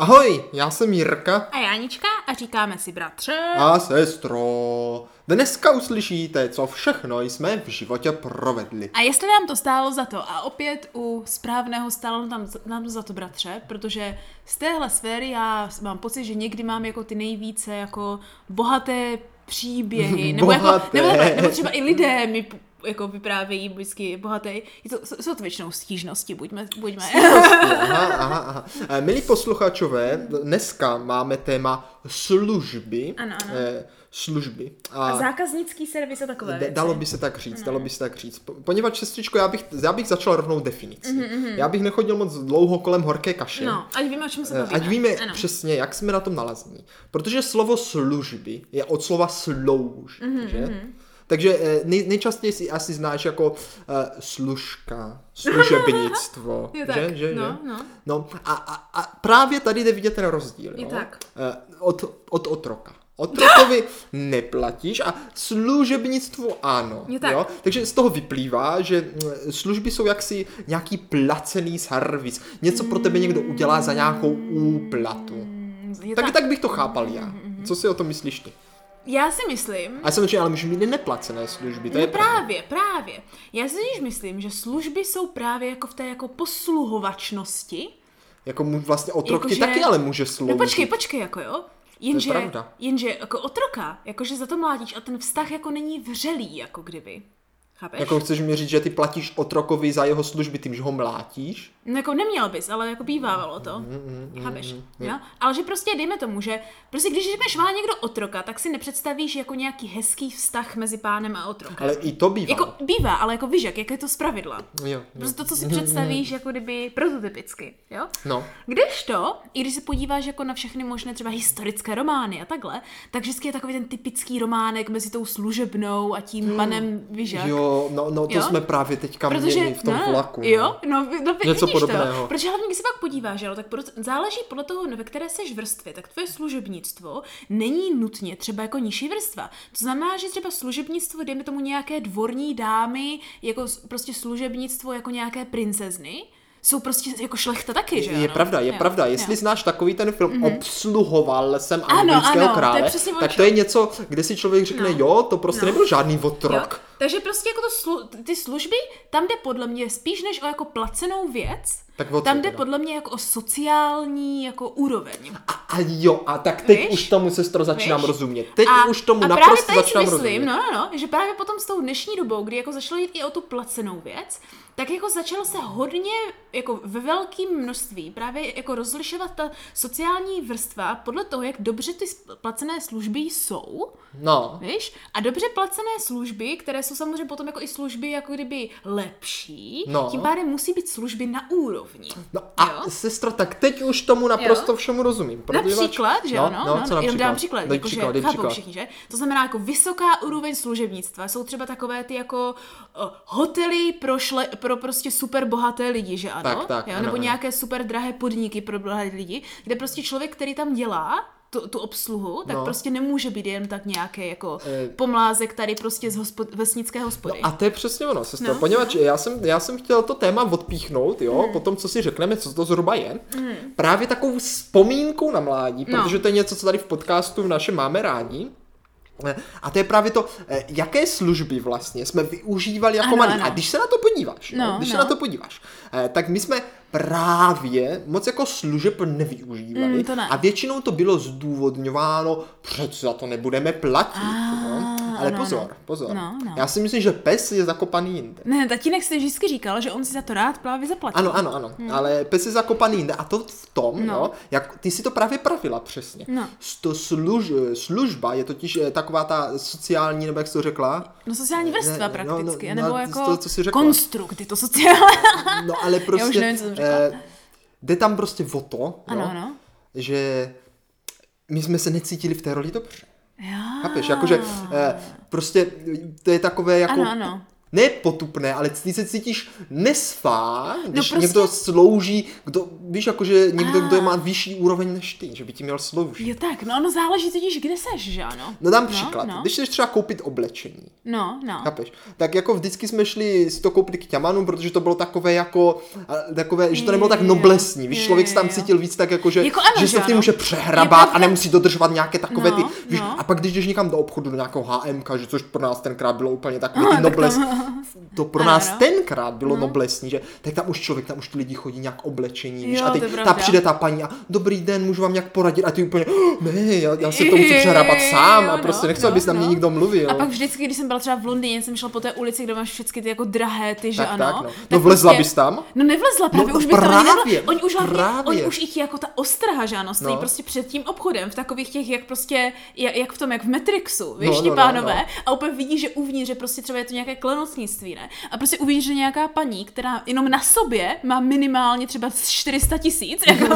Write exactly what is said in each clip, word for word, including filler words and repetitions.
Ahoj, já jsem Jirka. A Jánička a říkáme si bratře. A sestro. Dneska uslyšíte, co všechno jsme v životě provedli. A jestli nám to stálo za to, a opět u správného stálo nám, nám to za to bratře, protože z téhle sféry já mám pocit, že někdy mám jako ty nejvíce jako bohaté příběhy, nebo, jako, nebo, nebo třeba i lidé mi jako vyprávějí vždycky bohatý. To, jsou to většinou stížnosti, buďme. buďme. Aha, aha, aha. Milí posluchačové, dneska máme téma služby. Ano, ano. Eh, služby. A, a zákaznický servis a takové věci. Dalo by se tak říct, ano. dalo by se tak říct. Poněvadž, sestřičko, já bych, já bych začal rovnou definici. Mm-hmm. Já bych nechodil moc dlouho kolem horké kaše. No, ať víme, o čem se bavíme. Ať víme ano. přesně, jak jsme na tom nalazní. Protože slovo služby je od slova slouž, mm-hmm. že? Takže nej, nejčastěji si asi znáš jako uh, služka, služebnictvo, že, že, no, že? No. No a, a, a právě tady jde vidět ten rozdíl. Je jo? tak. Uh, od, od otroka. Otrokovi neplatíš a služebnictvu ano. Je tak. Jo? Takže z toho vyplývá, že služby jsou jaksi nějaký placený servis. Něco pro tebe někdo udělá za nějakou úplatu. Tak, tak bych to chápal já. Co si o tom myslíš ty? Já si myslím... A samozřejmě, ale můžu mít i neplacené služby, to no je právě, pravda. právě. Já si totiž myslím, že služby jsou právě jako v té jako posluhovačnosti. Jako vlastně otrok jako, taky ale může sloužit. No počkej, počkej, jako jo. Jenže, to je pravda. jenže jako otroka, jakože za to mlátíš a ten vztah jako není vřelý, jako kdyby. Chápeš? Jako chceš mi říct, že ty platíš otrokovi za jeho služby tím, že ho mlátíš? No jako neměl bys, ale jako bývávalo to. Mm, mm, mm, Chápeš? Mm, mm. Jo? Ale že prostě dejme tomu, že prostě když řekneš má někdo otroka, tak si nepředstavíš jako nějaký hezký vztah mezi pánem a otrokem. Ale i to bývá. Jako bývá, ale jako víš, jak, jak je to zpravidla. Jo, jo. Prostě to, co si představíš jako kdyby prototypicky, jo? No. Kdežto, i když se podíváš jako na všechny možné třeba historické romány a takhle, tak vždycky je takový ten typický románek mezi tou služebnou a tím hmm. panem, víš jak? Jo, no, no to jo? jsme právě teďka Protože, měli v tom no, vlaku. No. Jo, no, no něco vidíš podobného. To, protože hlavně, když se pak podíváš, jo, tak záleží podle toho, ve které seš vrstvě, tak tvoje služebnictvo není nutně třeba jako nižší vrstva. To znamená, že třeba služebnictvo, dejme tomu nějaké dvorní dámy, jako prostě služebnictvo jako nějaké princezny, jsou prostě jako šlechta taky, že Je ano? pravda, je jo, pravda. Jestli jo. znáš takový ten film mm-hmm. Obsluhoval jsem ano, anglického ano, krále, to je tak to je něco, kde si člověk řekne, no. jo, to prostě no. nebyl žádný otrok. Jo. Takže prostě jako to slu- ty služby, tam jde podle mě spíš než o jako placenou věc, tak tam jde podle mě jako o sociální jako úroveň. A, a jo, a tak teď Víš? už tomu, sestro, začínám Víš? rozumět. Teď a, už tomu a naprosto začínám myslím, rozumět. No, no, no, že právě potom s tou dnešní dobou, kdy jako začalo jít i o tu placenou věc, tak jako začalo se hodně jako ve velkém množství právě jako rozlišovat ta sociální vrstva podle toho, jak dobře ty placené služby jsou. No. Víš? A dobře placené služby, které jsou samozřejmě potom jako i služby jako kdyby lepší, no. tím pádem musí být služby na úrovni. No a jo? Sestro, tak teď už tomu naprosto jo? všemu rozumím. Například, že no, ano, no, no, co jenom dám příklad, dej jako, příklad, že chápou příklad. všichni, že? To znamená jako vysoká úroveň služebnictva, jsou třeba takové ty jako uh, hotely pro, šle, pro prostě super bohaté lidi, že ano? Tak, tak, jo? ano, Nebo ano. nějaké super drahé podniky pro bohaté lidi, kde prostě člověk, který tam dělá tu, tu obsluhu, tak no. prostě nemůže být jen tak nějaký jako e... pomlázek tady prostě z hospod, vesnické hospody. No a to je přesně ono, sestro, no, poněvadž no. já jsem, já jsem chtěl to téma odpíchnout, jo, mm. potom co si řekneme, co to zhruba je, mm. právě takovou vzpomínkou na mládí, no. protože to je něco, co tady v podcastu v našem máme rádi. A to je právě to, jaké služby vlastně jsme využívali jako malí. A když se na to podíváš, no, když no. se na to podíváš, tak my jsme právě moc jako služeb nevyužívali mm, to ne. a většinou to bylo zdůvodňováno, přece za to nebudeme platit. A, no. Ale no, pozor, no. pozor. No, no. Já si myslím, že pes je zakopaný jinde. Ne, tatínek si vždycky říkal, že on si za to rád právě zaplatí. Ano, ano, ano, hmm. ale pes je zakopaný jinde a to v tom, no. jo, jak ty si to právě pravila přesně. No. To služ, služba je totiž taková ta sociální, nebo jak jsi to řekla? No sociální vrstva ne, prakticky, no, no, nebo no, jako to, co jsi řekla. konstrukt, je to sociální. No ale prostě, Já už nevím, co jsem řekla. eh, jde tam prostě o to, ano, jo, ano. že my jsme se necítili v té roli dobře. Já. Chápeš, jakože eh, prostě to je takové jako... Ano, ano. ne potupné, ale ty se cítíš nesfá, když no prostě... někdo slouží, kdo, víš, jakože někdo, kdo má vyšší úroveň než ty, že by ti měl sloužit. Jo tak, no ono záleží totiž, kde seš, že ano? No dám no, příklad, no. když chceš třeba koupit oblečení, no, no. chápeš, tak jako vždycky jsme šli si to koupit k ťamanu, protože to bylo takové jako, takové, že to nebylo tak noblesní, víš, člověk se tam cítil víc tak jako, že, jako ano, že se v tím může přehrabat a nemusí dodržovat nějaké takové no, ty, víš, no. A pak když jdeš někam do obchodu, do nějakého há emka, že což pro nás tenkrát bylo úplně takové ty nobles, tam... to pro nás ano, tenkrát bylo no. noblesní, že tak tam už člověk, tam už ty lidi chodí nějak oblečení, víš, jo, a teď ta přijde ta paní a dobrý den, můžu vám nějak poradit a ty úplně, ne, já, já se to musím přehrabat sám a prostě nechci, no, aby na mě no. nikdo mluvil. A pak vždycky, když jsem byla třeba v Londýně, jsem šla po té ulici, kde máš všechny ty jako drahé, ty, že tak, ano. Tak, no. no vlezla prostě... bys tam? No nevlezla, právě no, už by právě, to ani Oni už hlavně, oni už i ti jako ta ostraha, že ano, stojí no. prostě před tím obchodem, v takových těch, jak prostě, jak v tom, jak v Matrixu, víš, no, ti no, pánové, no, no. A úplně vidíš, že uvnitř, že prostě třeba je to nějaké klenotnictví, ne? A prostě uvidíš, že nějaká paní, která jenom na sobě má minimálně třeba čtyři sta tisíc, jako.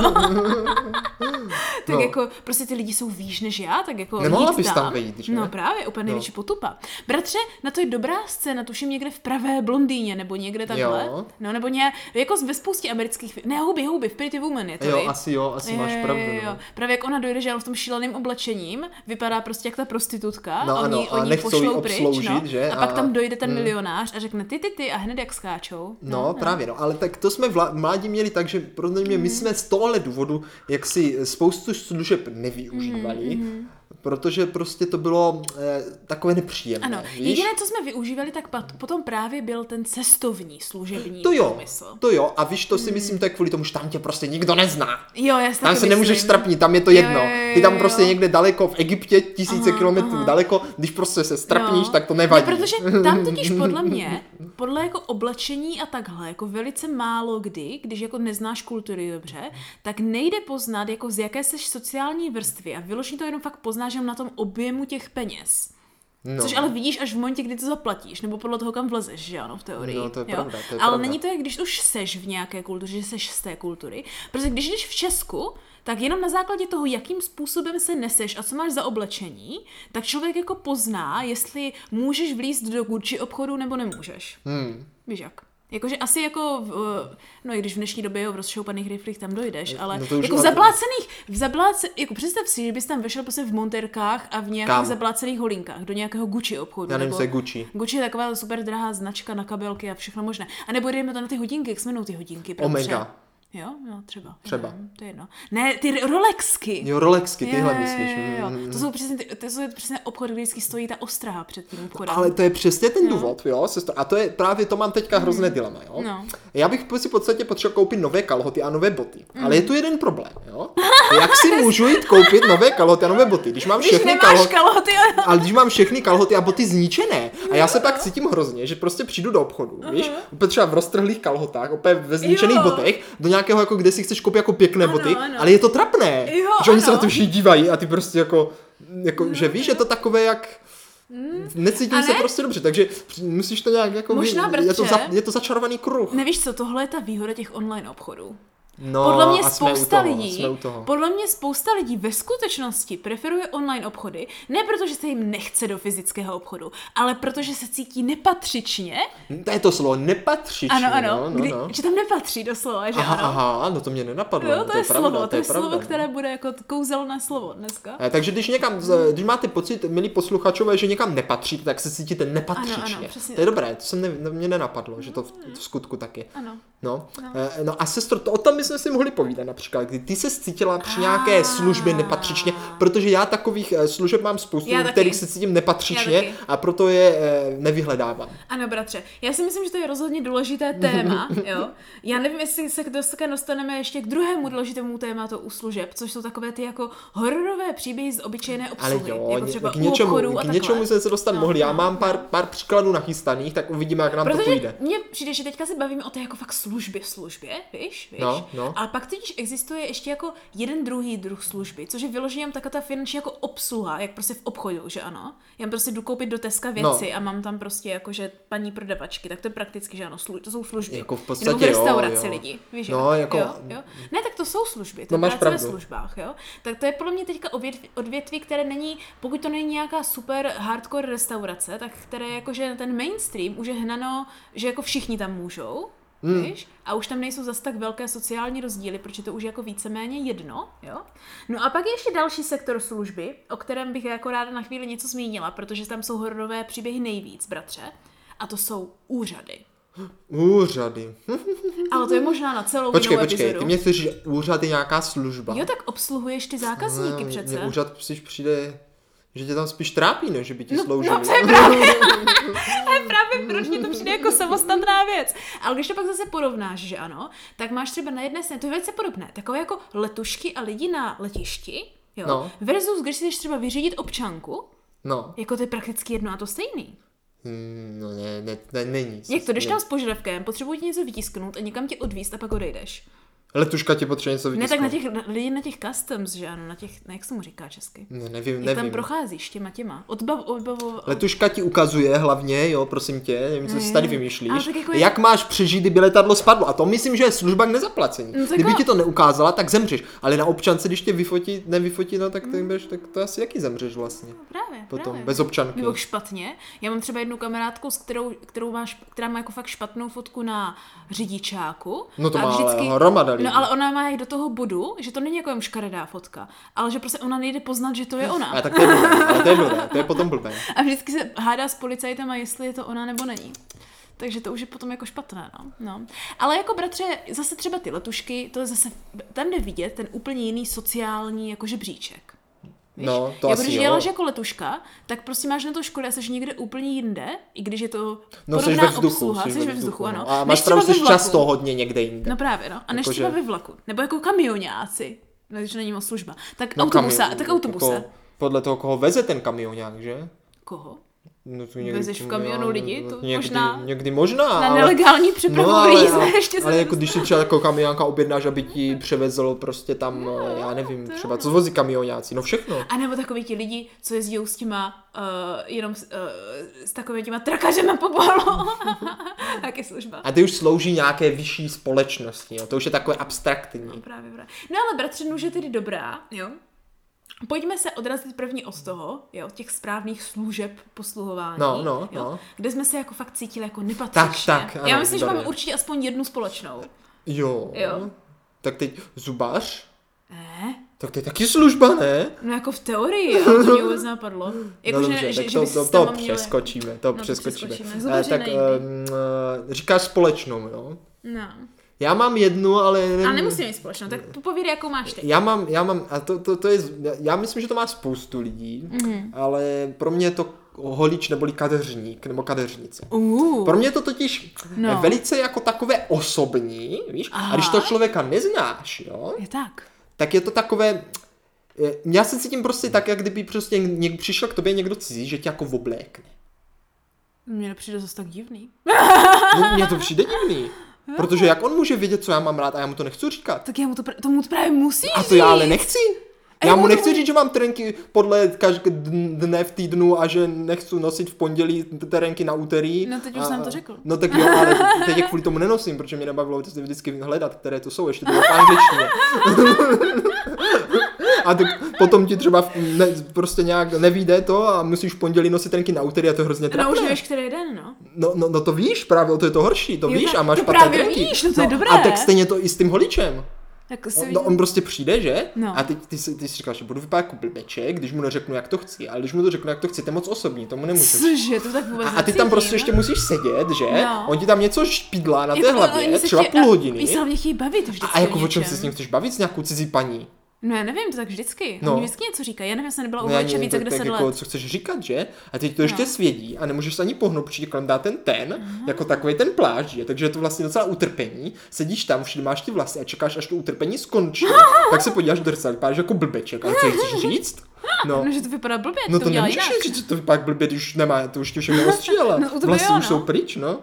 tak no. jako, prostě ty lidi jsou výš než já, tak jako nemohla bys tam vejít, že? No právě, úplně největší no. potupa. Bratře, na to je dobrá scéna, tuším někde v pravé Londýně, nebo někde takhle. Jo. No, nebo nějak, jako ve spoustě amerických, ne, houby, houby, v Pretty Woman je to, Jo, vy? asi jo, asi jo, máš pravdu. Jo, jo. No. Právě jak ona dojde, že v tom šíleným oblečením, vypadá prostě jak ta prostitutka, no, oni, ano, oni pošlou pryč, no, že? A, a pak tam dojde ten hmm. milionář a řekne ty, ty, ty a hned jak skáčou. No, no právě, no, ale tak to jsme v mládí měli tak, že pro mě my jsme z tohohle důvodu, jak si spoustu služeb nevyužívali, mm, protože prostě to bylo eh, takové nepříjemné. Ano, víš? jediné, co jsme využívali, tak potom právě byl ten cestovní služební to jo, průmysl. To jo, a víš, to si myslím, to je kvůli tomu, že tam tě prostě nikdo nezná. Jo, já tam se myslím. nemůžeš strapnit, tam je to jedno. Jo, jo, jo, Ty tam prostě někde daleko, v Egyptě, tisíce aha, kilometrů aha. daleko, když prostě se strapníš, jo. tak to nevadí. No, protože tam totiž podle mě, podle jako oblečení a takhle, jako velice málo kdy, když jako neznáš kultury dobře, tak nejde poznat, jako z jaké seš sociální vrstvy a vyložení to jenom fakt poznáš na tom objemu těch peněz. No. Což ale vidíš až v momentě, kdy to zaplatíš, nebo podle toho, kam vlezeš, že ano, v teorii. No, to je jo? pravda, to je ale pravda. není to, jak když už seš v nějaké kultuře, že seš z té kultury. Protože když jdeš v Česku, tak jenom na základě toho, jakým způsobem se neseš a co máš za oblečení, tak člověk jako pozná, jestli můžeš vlízt do Gucci obchodu nebo nemůžeš. Hmm. Víš jak? Jakože asi jako, v, no i když v dnešní době jo, v rozšoupaných riflích tam dojdeš, ale no jako v zablácených, v zabláce, jako představ si, že bys tam vešel prostě v montérkách a v nějakých Kam? zablácených holinkách do nějakého Gucci obchodu. Já nevím, co je Gucci. Gucci je taková super drahá značka na kabelky a všechno možné. A nebo jdeme to na ty hodinky, jak se jmenují ty hodinky. Omega. Jo, no třeba. Třeba. Nevím, to je jedno. Ne, ty Rolexky. Jo, Rolexky, tyhle je, myslíš. Jo, jo. To jsou přesně, ty, to jsou přesně obchody, kde vždycky stojí ta ostraha před tím obchodem. Ale to je přesně ten důvod, jo, jo sestro. A to je právě, to mám teďka hrozné dilema, jo. No. Já bych si v podstatě potřeboval koupit nové kalhoty a nové boty. Mm. Ale je tu jeden problém, jo. Jak si můžu jít koupit nové kalhoty a nové boty, když mám všechny když kalhoty, kalhoty a... ale když mám všechny kalhoty a boty zničené. A já se pak cítím hrozně, že prostě přijdu do obchodu, uh-huh. víš, úplně třeba v roztrhlých kalhotách, opět ve zničených jo. botech, do nějakého jako, kde si chceš koupit jako pěkné ano, boty, ano. ale je to trapné, jo, že oni ano. se na to všichni dívají a ty prostě jako, jako no, že víš, je to takové jak... Mm. Necítím se prostě dobře, takže musíš to nějak jako... Možná, je, to za, je to začarovaný kruh. Nevíš co, tohle je ta výhoda těch online obchodů. No, podle mě a spousta jsme u toho, lidí, jsme u toho. podle mě spousta lidí ve skutečnosti preferuje online obchody, ne protože se jim nechce do fyzického obchodu, ale protože se cítí nepatřičně. To je to slovo, nepatřičně. Ano, ano, no, no, kdy, no. že tam nepatří doslova, že aha, ano. Aha, no to mě nenapadlo. Jo, to, to je, je pravda, slovo, to je, je slovo, pravda, které bude jako kouzelné slovo dneska. A, takže když někam, když máte pocit, milí posluchačové, že někam nepatříte, tak se cítíte nepatřičně. Ano, ano, to je dobré, to se ne, mě nenapadlo, že to v, v skutku tak je. Ano. No, no. no a sestro, to, o tom bychom si mohli povídat například, kdy ty se cítila při nějaké službě nepatřičně, protože já takových služeb mám spoustu, kterých se cítím nepatřičně a proto je nevyhledávám. Ano, bratře, já si myslím, že to je rozhodně důležité téma, jo. Já nevím, jestli se dostaneme ještě k druhému důležitému tématu u služeb, což jsou takové ty jako hororové příběhy z obyčejné obsluhy, ale jo, jako třeba k něčemu, u obchodu a k něčemu jsme se dostat no, mohli. Já no, mám pár, no. pár příkladů nachystaných, tak uvidíme, jak nám Protože to půjde. Mně přijde, že teďka se bavíme o té jako fakt službě v službě, víš, víš? No, no. A pak totiž existuje ještě jako jeden druhý druh služby, což je vyloženě taková ta finanční jako obsluha, jak prostě v obchodu, že ano. Já prostě jdu koupit do Teska věci no. a mám tam prostě jakože paní prodavačky, tak to je prakticky, že ano, slu- to jsou služby. Jako v podstatě Nebo v restauraci jo, jo. lidi, víš, no, jo? Jako... Jo? Jo? Ne, tak to jsou služby, to no, je máš práce pravdu. ve službách, jo. Tak to je podle mě teďka odvětví, odvětví, které není, pokud to není nějaká super hardcore restaurace, tak které jakože ten mainstream už je hnano, že jako všichni tam můžou. Hmm. Víš? A už tam nejsou zas tak velké sociální rozdíly, protože to už je jako víceméně jedno, jo? No a pak je ještě další sektor služby, o kterém bych jako ráda na chvíli něco zmínila, protože tam jsou hororové příběhy nejvíc, bratře, a to jsou úřady. Úřady. Ale to je možná na celou počkej, jinou počkej, epizodu. ty mě chceš, že úřad je nějaká služba. Jo, tak obsluhuješ ty zákazníky no, přece. Mně úřad spíš přijde, že tě tam spíš trápí, než že by ti no, sloužili. No to je právě, to je právě proč mi to přijde jako samostatná věc. Ale když to pak zase porovnáš, že ano, tak máš třeba na jedné straně, to je velice podobné, takové jako letušky a lidi na letišti, jo, no. versus když si jdeš třeba vyřídit občanku, no. jako to je prakticky jedno a to stejný. Hmm, no ne, ne, ne, není. Jak to, jdeš tam s požadavkem, potřebuji ti něco vytisknout a někam tě odvízt a pak odejdeš. Letuška ti potřebuje něco vytisknout. Ne, tak na těch, lidi na těch customs, že ano, na těch, ne, jak se mu říká česky? Ne, nevím, jak nevím. tam procházíš těma těma. Odbav, odbav, od... Letuška ti ukazuje hlavně, jo, prosím tě, nevím, co si tady vymýšlíš, jako je... jak máš přežít, kdyby letadlo spadlo. A to myslím, že je služba k nezaplacení. No, kdyby jako... ti to neukázala, tak zemřeš. Ale na občance, když tě vyfotí, nevyfotí, no, tak, ty budeš, tak to asi jaký zemřeš vlastně. No, právě, potom, právě. bez občanky. Nebo špatně. Já mám třeba jednu kamarádku, s kterou, kterou máš, která má jako fakt špatnou fotku na řidičáku. No to a má vždycky... ale hromada lidí. No ale ona má jak do toho bodu, že to není jako jen škaredá fotka, ale že prostě ona nejde poznat, že to je ona. A tak to je blbé, ale to je blbé, to je potom blbé. A vždycky se hádá s policajtama, jestli je to ona nebo není. Takže to už je potom jako špatné, no. no. Ale jako bratře, zase třeba ty letušky, to je zase, tam jde vidět ten úplně jiný sociální jako žebříček. Víš? No, to já, asi když jo. děláš jako letuška, tak prostě máš na to školy a jsi někde úplně jinde, i když je to no, podobná ve vzduchu, obsluha, jsi, jsi ve ve vzduchu, vzduchu, ano. no. A máš pravdu, jsi často hodně někde jinde. No právě, no. A než jako třeba že... ve vlaku. Nebo jako kamionáci, když není moc služba. Tak no, autobuse, kamion, tak autobuse. Jako, podle toho, koho veze ten kamionák, že? Koho? No, to někdy, Vezeš v kamionu lidi? To někdy, možná... Někdy možná, Na ale... nelegální přepravu no, ale, lidí jsme ale, ještě ale jako když si třeba jako kamionka objednáš, aby ti převezl prostě tam, no, já nevím, třeba co vozí kamionáci, no všechno. A nebo takový ti lidi, co jezdí s těma, uh, jenom uh, s takovými těma trakařema po polu. Tak je služba. A ty už slouží nějaké vyšší společnosti, jo? To už je takové abstraktní. No, právě, právě. No ale bratře, nůž je tedy dobrá, jo. Pojďme se odrazit první od toho, jo, od těch správných služeb posluhování, no, no, jo, no. kde jsme se jako fakt cítili jako nepatřičně. Tak, tak, ano, já myslím, že máme dobré. určitě aspoň jednu společnou. Jo. Jo. Tak teď zubař? Ne? Tak to je taky služba, ne? No jako v teorii, ale to mě vůbec napadlo. Jako, no že, dobře, že, tak že to, by to, si to tam měli... přeskočíme, to no, přeskočíme. přeskočíme. Eh, Zubaři tak nejde. um, říkáš společnou, jo? No. Já mám jednu, ale... Nevím, A nemusíme mít společnou, tak povídej, jakou máš ty. Já mám, já mám, a to, to, to je, já myslím, že to má spoustu lidí, mm-hmm. ale pro mě je to holič neboli kadeřník, nebo kadeřnice. Uh. Pro mě je to totiž no. velice jako takové osobní, víš? Aha. A když toho člověka neznáš, jo? Je tak. Tak je to takové, já se cítím prostě tak, jak kdyby prostě něk, přišel k tobě někdo cizí, že tě jako oblékne. Mně nepřijde zase tak divný. No, mně to přijde divný. Protože jak on může vědět, co já mám rád a já mu to nechci říkat. Tak já mu to, pr- tomu to právě musíš A to já ale nechci. Já mu nechci to... říct, že mám terenky podle každé dne v týdnu a že nechci nosit v pondělí terenky na úterý. No teď už a, jsem to řekl. No tak jo, ale teď je kvůli tomu nenosím, protože mě nebavilo vždycky hledat, které to jsou, ještě to bylo v angličtině. A tak potom ti třeba ne, prostě nějak nevíde to a musíš v pondělí nosit terenky na úterý a to je hrozně trapné. No už víš, který den, no. No, no, no to víš, právě to je to horší, to jo, víš tak, a máš to špatné právě terenky. víš, no to je no, dobré. A tak stejně to i s tím holičem. Tak si On, no, on prostě přijde, že? No. A ty, ty, ty, ty si říkáš, že budu vypadat jako blbeček, když mu neřeknu, jak to chci. Ale když mu to řeknu, jak to chci, to je moc osobní, tomu nemůžeš. Cože, to tak vůbec A, a ty tam prostě ještě musíš sedět, že? No. On ti tam něco špidlá na té jako, hlavě, no, třeba tě, půl hodiny. Oni se hlavně chtějí bavit vždycky. A jako o o čem se s ním chceš bavit s nějakou cizí paní? No já nevím, to tak vždycky. No. Oni vždycky něco říkají. Já nevím, já jsem nebyla u No, holiče více, tak, kde tak se jako, let. co chceš říkat, že? A teď to ještě No. svědí a nemůžeš se ani pohnout, protože ti kolem dá ten ten, uh-huh. jako takový ten plášť, že? Takže je to vlastně docela utrpení. Sedíš tam, všude máš ty vlasy a čekáš, až to utrpení skončí. Tak se podíváš do zrcadla, vypadáš jako blbeček. A co chceš říct? No. No, že to vypadá blbě, No to to udělá nemůžeš jinak. říct, že to vypadá blbě, když už nemá, to už ti všechno ostřílela. No, u tebe Vlasy jo, už no. jsou pryč, no.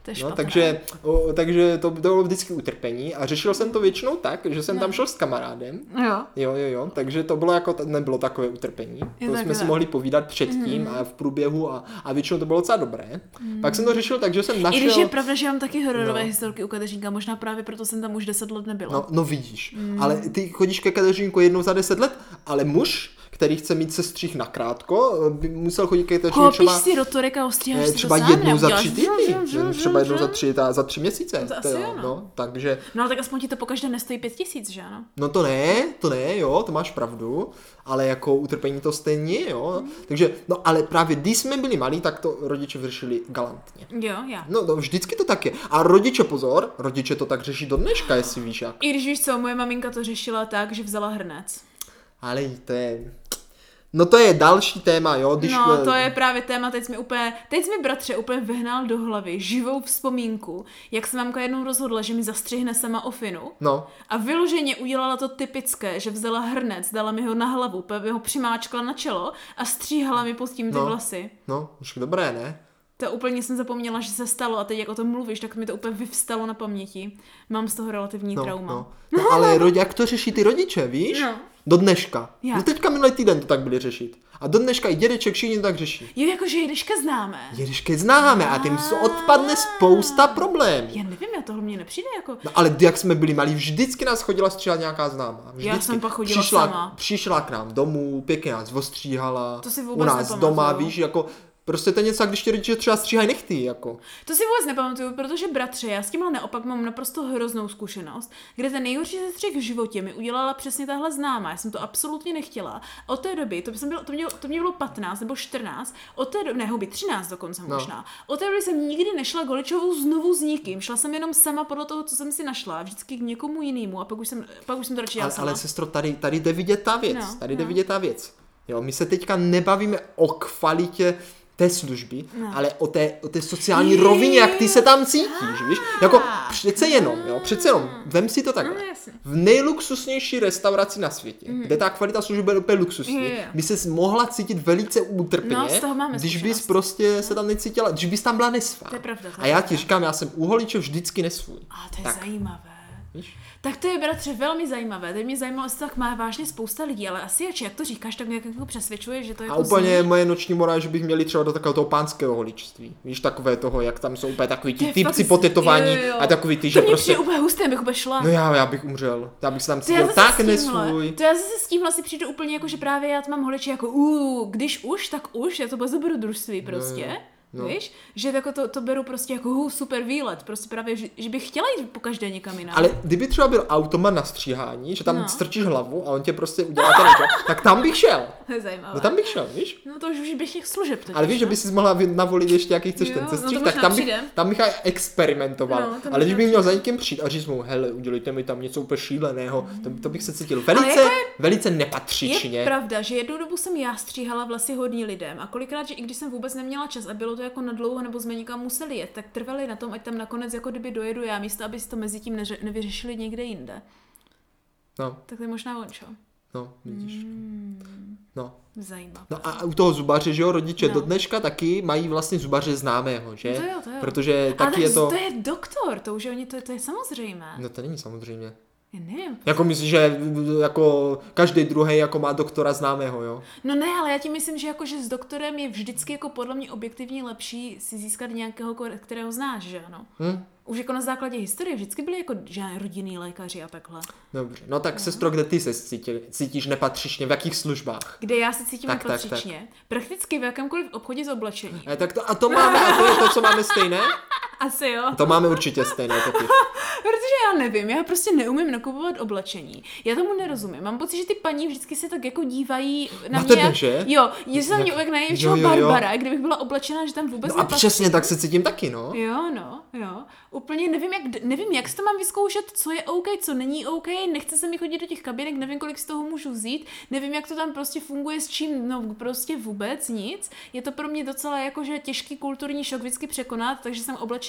To je no, špatné. takže, o, takže to bylo vždycky utrpení a řešil jsem to většinou tak, že jsem No. tam šel s kamarádem. Jo. Jo, jo, jo, takže to bylo jako, nebylo takové utrpení. Je To jsme takové. si mohli povídat předtím mm. a v průběhu a, a většinou to bylo docela dobré. Mm. Pak jsem to řešil tak, že jsem našel... I když je pravda, že mám taky hororové No. historky u Kateřínka, možná právě proto jsem tam už deset let nebyla. No, no vidíš, mm. ale ty chodíš ke Kateřínku jednou za deset let, ale muž, který chce mít sestřih nakrátko, by musel chodit ke Kateřínku Koupíš třeba... si rotorek a ostříháš si to třeba sám, jednou za neuděláš tři žum, týdny, žum, žum, třeba jednou žum. za tři, ta, za tři měsíce. To asi teda, jo, no. no, takže... No ale tak aspoň ti to pokaždé nestojí pět tisíc, že ano? No to ne, to ne, jo, to máš pravdu, ale jako utrpení to stejně, jo. Mm. Takže, no ale právě když jsme byli malí, tak to rodiče vyřešili galantně. Jo, já. No, no vždycky to tak je. A rodiče, pozor, rodiče to tak řeší do dneška, jestli víš jak. I když víš co, moje maminka to řešila tak, že vzala hrnec. Ale to je... No to je další téma, jo, když... No, to je právě téma, teď mi úplně, teď mi bratře úplně vyhnal do hlavy živou vzpomínku, jak se mamka jednou rozhodla, že mi zastřihne sama ofinu. No. A vyloženě udělala to typické, že vzala hrnec, dala mi ho na hlavu, pak ho přimáčkla na čelo a stříhala mi pod tím ty No. vlasy. No, už dobré, ne? To úplně jsem zapomněla, že se stalo a teď jak o tom mluvíš, tak mi to úplně vyvstalo na paměti. Mám z toho relativní No, trauma. no. no ale rodi, jak to řeší ty rodiče, víš? No. Do dneška. Jak? No teďka minulý týden to tak byli řešit. A do dneška i dědeček všichni to tak řeší. Jo, jakože Jidiška známe. Ježišky známe a tím se odpadne spousta problémů. Já nevím, já tohle mně nepřijde jako... No ale jak jsme byli malí, vždycky nás chodila stříhat nějaká známá. Vždycky. Já jsem pak chodila přišla, sama. Přišla k nám domů, pěkně nás ostříhala. To si u vůbec nás nepamatuju. doma, víš, jako... Prostě to je něco, když ti rodiče třeba stříhají nechty, jako. To si vůbec nepamatuju, protože bratře, já s tímhle naopak mám naprosto hroznou zkušenost, kde ten nejhorší sestřih v životě mi udělala přesně tahle známá. Já jsem to absolutně nechtěla. Od té doby, to, jsem bylo, to, mě, to mě bylo patnáct nebo čtrnáct, od té doby, ne, houby, třináct dokonce No. možná. Od té doby jsem nikdy nešla Goličovou znovu s nikým. Šla jsem jenom sama podle toho, co jsem si našla, vždycky k někomu jinému a pak už jsem, pak už jsem to radši dělala Ale, sama. ale sestro, tady, tady jde vidět ta věc. No, tady jde no. vidět ta věc. Jo, my se teďka nebavíme o kvalitě té služby, No. ale o té, o té sociální rovině, jak ty se tam cítíš, víš? Jako přece jenom, jo, přece jenom, vem si to takhle. No, jasně. V nejluxusnější restauraci na světě, mm. kde ta kvalita služby je úplně luxusní, Jo, jo. by ses mohla cítit velice útrpně, No, z toho máme když bys zkušenost. prostě se tam necítila, když bys tam byla nesvá. To je pravda, to je A já ti pravda. říkám, já jsem u holiče vždycky nesvůj. A to je Tak. zajímavé. Víš? Tak to je, bratře, velmi zajímavé. Teď mě zajímalo, jestli to tak má vážně spousta lidí, ale asi jak, jak to říkáš, tak mě jako přesvědčuje, že to A jako úplně zní. moje noční mora, že bych měli třeba do takového toho pánského holičství. Víš, takové toho, jak tam jsou úplně takový To ti je typci fakt- potetování jo, jo, jo. a takový ty, To že mě prostě... přijde úplně husté, bych úplně šla. No já, já bych umřel. Já bych se tam To já cítil zase tak s tímhle- nesvůj. To já zase s tímhle si přijdu úplně jako, že právě já to mám holiče jako uh, když už, tak už, já to bez dobrodružství prostě. jo. No. Víš? Že jako to, to beru prostě jako uh, super výlet, prostě právě, že, že bych chtěla jít po každé někam jinam. Ale kdyby třeba byl automat na stříhání, že tam No. strčíš hlavu a on tě prostě udělá ten job, tak tam bych šel. To je zajímavé. No tam bych šel, víš? No to už, už bych těch služeb totiž, Ale víš, že no? by si mohla vy- navolit ještě, jaký chceš Jo, ten no to sestřih, možná tak tam bych, přijde. tam bych aj experimentoval. No, to Ale když možná bych měl za někým přijít a říct mu, hele, udělejte mi tam něco úplně šíleného, to, to bych se cítil velice, jako je- velice Je nepatřičně. pravda, že jednou dobu jsem já stříhala vlasy hodně lidem a kolikrát, že i když jsem vůbec neměla čas a bylo to jako na dlouho nebo jsme někam museli jet, tak trvali na tom, ať tam nakonec jako kdyby dojedu já, místo aby si to mezi tím neře- nevyřešili někde jinde. No, Tak to je možná ončo. no, vidíš. No. Zajímavé. No a u toho zubaře, že jo, rodiče No. do dneška taky mají vlastně zubaře známého, že? No to jo, to jo. Protože Ale taky je to... to je doktor, to už je, oni, to, to je samozřejmé. No to není samozřejmě. Já nevím. Jako myslíš, že jako každý druhý jako má doktora známého, jo? No ne, ale já ti myslím, že jako, že s doktorem je vždycky jako podle mě objektivně lepší si získat nějakého, kterého znáš, že ano? Hm? Už jako na základě historie vždycky byli jako že rodinný lékaři a takhle. Dobře. No tak sestro, kde ty se cítil, cítíš nepatřičně, v jakých službách? Kde já se cítím Tak, tak, nepatřičně. Prakticky v jakémkoliv obchodě s oblečením. E, tak to, a to máme, a to je to, co máme stejné? Asi jo. To máme určitě stejné taky. Protože já nevím, já prostě neumím nakupovat oblečení. Já tomu nerozumím. Mám pocit, že ty paní vždycky se tak jako dívají na, Na mě. tebe, že? Jo, je se na mě Jak- jak největšího jo, jo, jo. Barbara, kdybych byla oblečená, že tam vůbec No a nepatří. přesně tak se cítím taky, no. Jo, no, jo. Úplně nevím, jak, nevím, jak si to mám vyzkoušet, co je OK, co není OK, nechce se mi chodit do těch kabinek, nevím, kolik z toho můžu vzít, nevím, jak to tam prostě funguje, s čím, no prostě vůbec nic. Je to pro mě docela jakože těžký kulturní šok vždycky překonat, takže jsem oblečení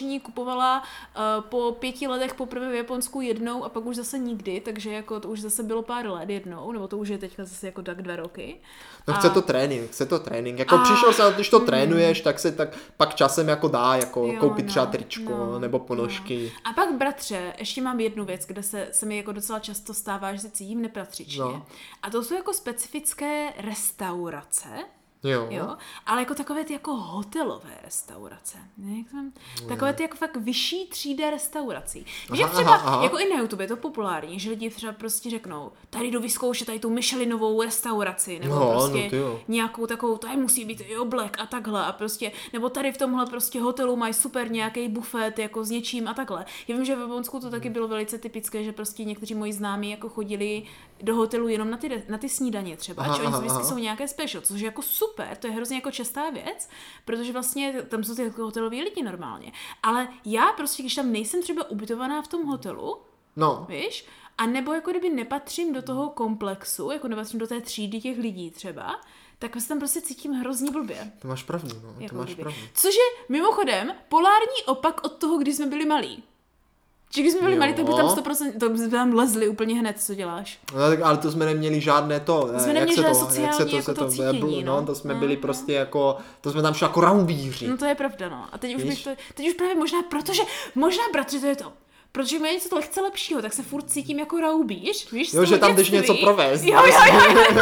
oblečení kupovala uh, po pěti letech poprvé v Japonsku jednou a pak už zase nikdy, takže jako to už zase bylo pár let jednou, nebo to už je teďka zase jako tak dva roky. No a... chce to trénink, chce to trénink. Jako a... přišel se, když to mm. trénuješ, tak se tak pak časem jako dá jako jo, koupit no, třeba tričko no, nebo ponožky. No. A pak bratře, ještě mám jednu věc, kde se, se mi jako docela často stává, že se cítím nepatřičně. No. A to jsou jako specifické restaurace, Jo. jo. Ale jako takové ty jako hotelové restaurace. Ne, jak tam, takové ty jako fakt vyšší třída restaurací. Víš, jak třeba, aha, aha. jako i na YouTube je to populární, že lidi třeba prostě řeknou, tady jdu vyzkoušet tady tu Michelinovou restauraci, nebo no, prostě no, nějakou takovou, tady musí být i oblek a takhle a prostě, nebo tady v tomhle prostě hotelu mají super nějaký bufet jako s něčím a takhle. Já vím, že v Japonsku to taky bylo velice typické, že prostě někteří moji známí jako chodili do hotelu jenom na ty, na ty snídaně třeba, aha, či oni vždycky jsou nějaké special, což je jako super, to je hrozně jako častá věc, protože vlastně tam jsou ty jako hoteloví lidi normálně. Ale já prostě, když tam nejsem třeba ubytovaná v tom hotelu, no. víš, a nebo jako kdyby nepatřím do toho komplexu, jako nepatřím do té třídy těch lidí třeba, tak se tam prostě cítím hrozně blbě. To máš pravdu, no, to jako máš kdyby. pravdu. Což je mimochodem polární opak od toho, když jsme byli malí. Že když jsme byli jo. malí, tak by tam sto procent, to by jsme tam lezli úplně hned, co děláš. No, tak, ale to jsme neměli žádné to, jsme jak neměli se to, sociální, jak se to, jako se to to, cítění, no, no. to jsme no, byli no. prostě jako, to jsme tam šli jako raubíři. No to je pravda, no. A teď už, bych to, teď už právě možná, protože, možná bratře, to je to. Protože mě něco lehce lepšího, tak se furt cítím jako raubíř, víš? Jo, že tam jdeš něco provést. Jo, jo, jo.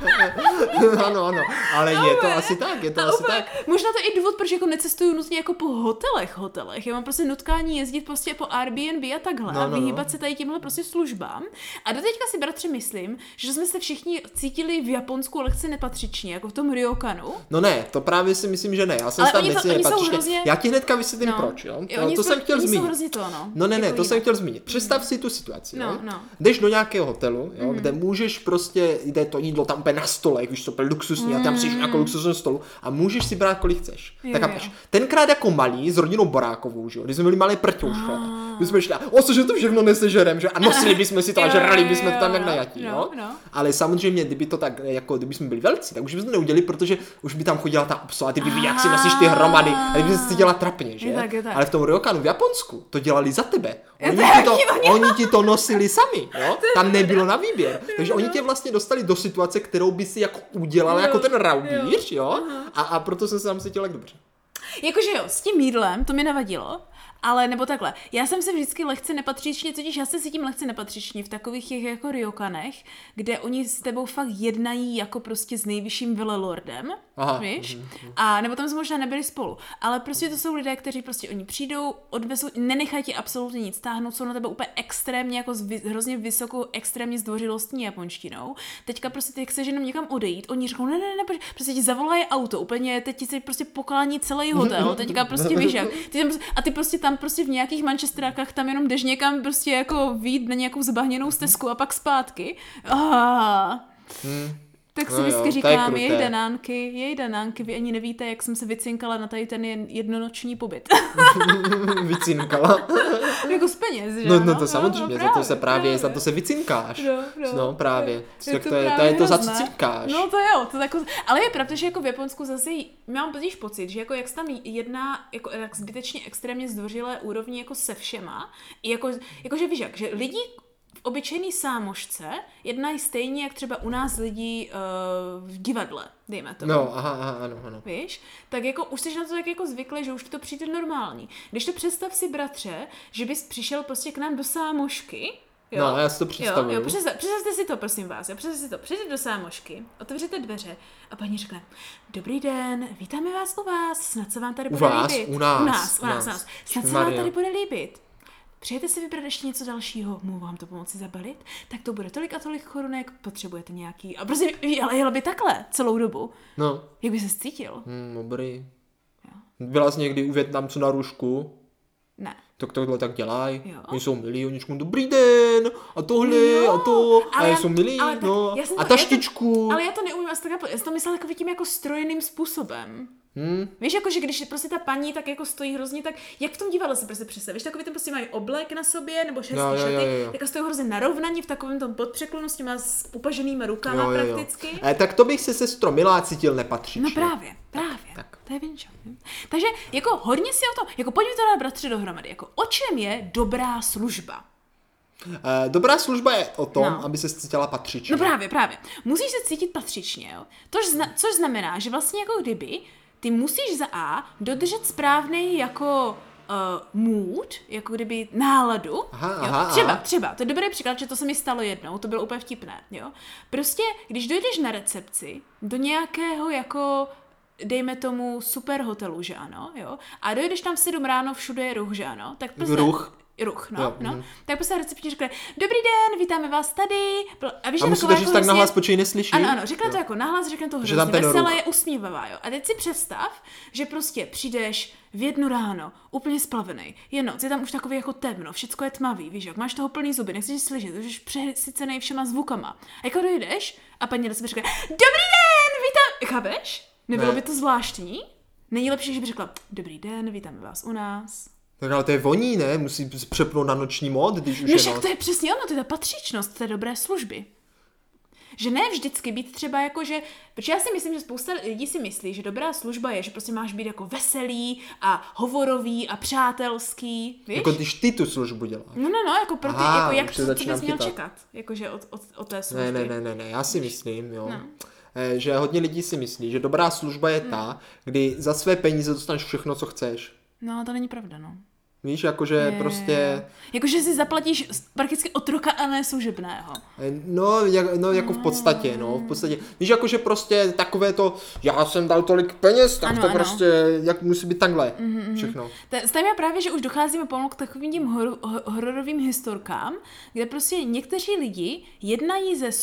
ano, ano, ale je to asi tak, je to asi úplně, tak. Možná to je i důvod, proč jako necestuju nutně jako po hotelech, hotelech. Já mám prostě nutkání jezdit prostě po Airbnb a takhle no, a no, vyhýbat no. se tady tímhle prostě službám. A doteďka si, bratře, myslím, že jsme se všichni cítili v Japonsku lehce nepatřičně, jako v tom Ryokanu. No ne, to právě si myslím, že ne. Já jsem tam nechci nepatřičně. Hrozně... Já ti hnedka vysvětlím no. proč, jo. jo to, to jsou, jsem chtěl zmínit. To, no. no ne, ne, jako to jsem chtěl zmínit. Představ si tu situaci, no, jo. No. Jdeš do nějakého hotelu, jo, mm. kde můžeš prostě, jde to jídlo tam úplně na stole, víš, to je luxusní, mm. a tam si nějakou luxusnou stolu a můžeš si brát kolik chceš. Jo, tak a tenkrát jako malý s rodinou Borákovou, že jo, když jsme byli malé prťouška, ah. my jsme šli, o cože to všechno nesežerem, že a nosili bychom si to a žrali bychom to tam jak najatí, jo. No. Ale samozřejmě, kdyby to tak, jako kdyby jsme byli velcí, tak už bychom to neudělali, protože už by tam chodila ta obsluha a ty by viděli, jak si nosíš ty hromady a ty by se cítila trapně, že? Je tak, je tak. Ale v tom Ryokanu v Japonsku to dělali za tebe. Oni ti to, oni ti to nosili sami, jo? Tam nebylo na výběr. Takže oni tě vlastně dostali do situace, kterou by si jako udělala jako ten raubíř, jo? A, a proto jsem se tam cítila jak dobře. Jakože jo, s tím jídlem to mi nevadilo, ale nebo takhle, já jsem se vždycky lehce nepatřičně, totiž já se cítím lehce nepatřičně v takových těch jako ryokanech, kde oni s tebou fakt jednají jako prostě s nejvyšším velelordem, aha, víš? Mm, mm. A nebo tam jsme možná nebyli spolu, ale prostě to jsou lidé, kteří prostě oni přijdou, odvezou, nenechají ti absolutně nic stáhnout, jsou na tebe úplně extrémně jako s vy, hrozně vysokou, extrémně zdvořilostní japonštinou. Teďka prostě ty chceš jenom někam odejít, oni řeknou ne, ne, ne, prostě ti zavolají auto, úplně teď ti se prostě poklání celý hotel, teďka prostě víš jak. Ty prostě, a ty prostě tam prostě v nějakých manchesterákách tam jenom jdeš někam prostě jako vyjít na nějakou zbahněnou stezku a pak zpátky. Ah. Hmm. Tak si no vždycky jo, říkám, jej danánky, jej danánky, vy ani nevíte, jak jsem se vycinkala na tady ten jednonoční pobyt. Vycinkala? Jako z peněz, že? No, no to samozřejmě, no, za to se právě, právě. za to se vycinkáš. No, no, no právě. Je tak to, to, je, právě to je to, za co hrozné. cinkáš. No to jo, to tako... ale je pravda, že jako v Japonsku zase mám totiž pocit, že jako jak se tam jedná jako jak zbytečně extrémně zdvořilé úrovni jako se všema, jako, jako že víš jak, že lidi v obyčejný sámošce jednají stejně, jak třeba u nás lidi uh, v divadle, dejme to. No, aha, aha, ano, ano. Víš? Tak jako už jsi na to tak jako zvyklý, že už ti to přijde normální. Když to představ si, bratře, že bys přišel prostě k nám do sámošky, jo? No, já si to představuju. Jo, jo, představ, představte si to, prosím vás, jo, představte si to, přijďte do sámošky, otevřete dveře a paní řekne, dobrý den, vítáme vás u vás, snad se vám tady u bude vás, líbit. U nás, u nás, u nás, u nás. Snad se vám tady bude líbit. Přijete si vybrat ještě něco dalšího, můžu vám to pomoci zabalit, tak to bude tolik a tolik korunek, potřebujete nějaký, a prostě, ale jela by takhle celou dobu. No. Jak by se cítil? Hmm, dobrý. Jo. Byla jsi někdy u Vietnamců na růžku? Ne. Tak tohle tak dělají. Oni jsou milí, oni říkají dobrý den a tohle jo, a to a já, jsou milí, no. A taštičku. Ale já to neumím asi tak, já jsem to myslela takovým tím jako strojeným způsobem. Hmm. Víš, jako, že když prostě ta paní tak jako stojí hrozně tak, jak v tom divadle se prostě představíš, takový ten prostě mají oblek na sobě, nebo šestý jo, jo, šaty, jo, jo. tak stojí hrozně narovnaní v takovém tom podpřeklonu s těma s upaženýma rukama jo, jo, jo. prakticky. E, tak to bych se sestro milá cítil nepatřičně. No právě, právě. Tak, tak. To je vinča. Ne? Takže jako hodně si o tom, jako pojďme to dát bratře dohromady, jako o čem je dobrá služba? Uh, dobrá služba je o tom, No. aby se cítila patřičně. No právě, právě. Musíš se cítit patřičně, jo. Tož zna, což znamená, že vlastně jako kdyby ty musíš za A dodržet správný jako uh, mood, jako kdyby náladu. Aha, jo? aha, Třeba, aha. třeba, to je dobrý příklad, že to se mi stalo jednou, to bylo úplně vtipné, jo. Prostě, když dojdeš na recepci do nějakého jako dejme tomu super hotelu, že ano, jo, a dojdeš tam v sedm ráno, všude je ruch, že ano, tak prostě... Ruch. Ruch, no, Jo, no. mhm. Tak prostě recepční řekne, dobrý den, vítáme vás tady. A, víš, A že musí taková to říct jako tak hrozně- nahlas, počkej, neslyší? Ano, ano, řekne Jo. to jako nahlas, řekne to Že hrozně tam ten veselé, ruch. je usmívavá, jo. A teď si představ, že prostě přijdeš v jednu ráno, úplně splavený, je noc, je tam už takový jako temno, všecko je tmavý, víš jak, máš toho plný zuby, nechceš slyšet, jsi přesycenej všema zvukama. A jako dojdeš a paní do sebe řekne, dobrý den, vítám, chápeš? Nebylo Ne. by to zvláštní? Není lepší, že by řekla, dobrý den, vítáme vás u nás. Tak ale to je voní, ne? Musí přepnout na noční mod, když už No je však noc. to je přesně ono, to je ta patřičnost té dobré služby. Že ne vždycky být třeba jako, že, protože já si myslím, že spousta lidí si myslí, že dobrá služba je, že prostě máš být jako veselý a hovorový a přátelský, víš? Jako když ty tu službu děláš. No, no, no, jako pro ty, Aha, jako jak už se to, co začínám bys měl chytat. čekat, jakože od, od, od té služby. Ne, ne, ne, ne, ne, já si myslím, jo. No. Eh, Že hodně lidí si myslí, že dobrá služba je ta, kdy za své peníze dostaneš všechno, co chceš. No, to není pravda, no. Víš, jakože Je, prostě, Jakože si zaplatíš prakticky otroka a ne služebného. eh, no, jak, no jako v podstatě, no, v podstatě. Víš, jakože prostě takové to, já jsem dal tolik peněz, tak Ano, to ano. prostě, jak musí být takhle, všechno. Ta- S tím je právě, že už docházíme pomalu k takovým tím hor- ho- hororovým historkám, kde prostě někteří lidi jednají ze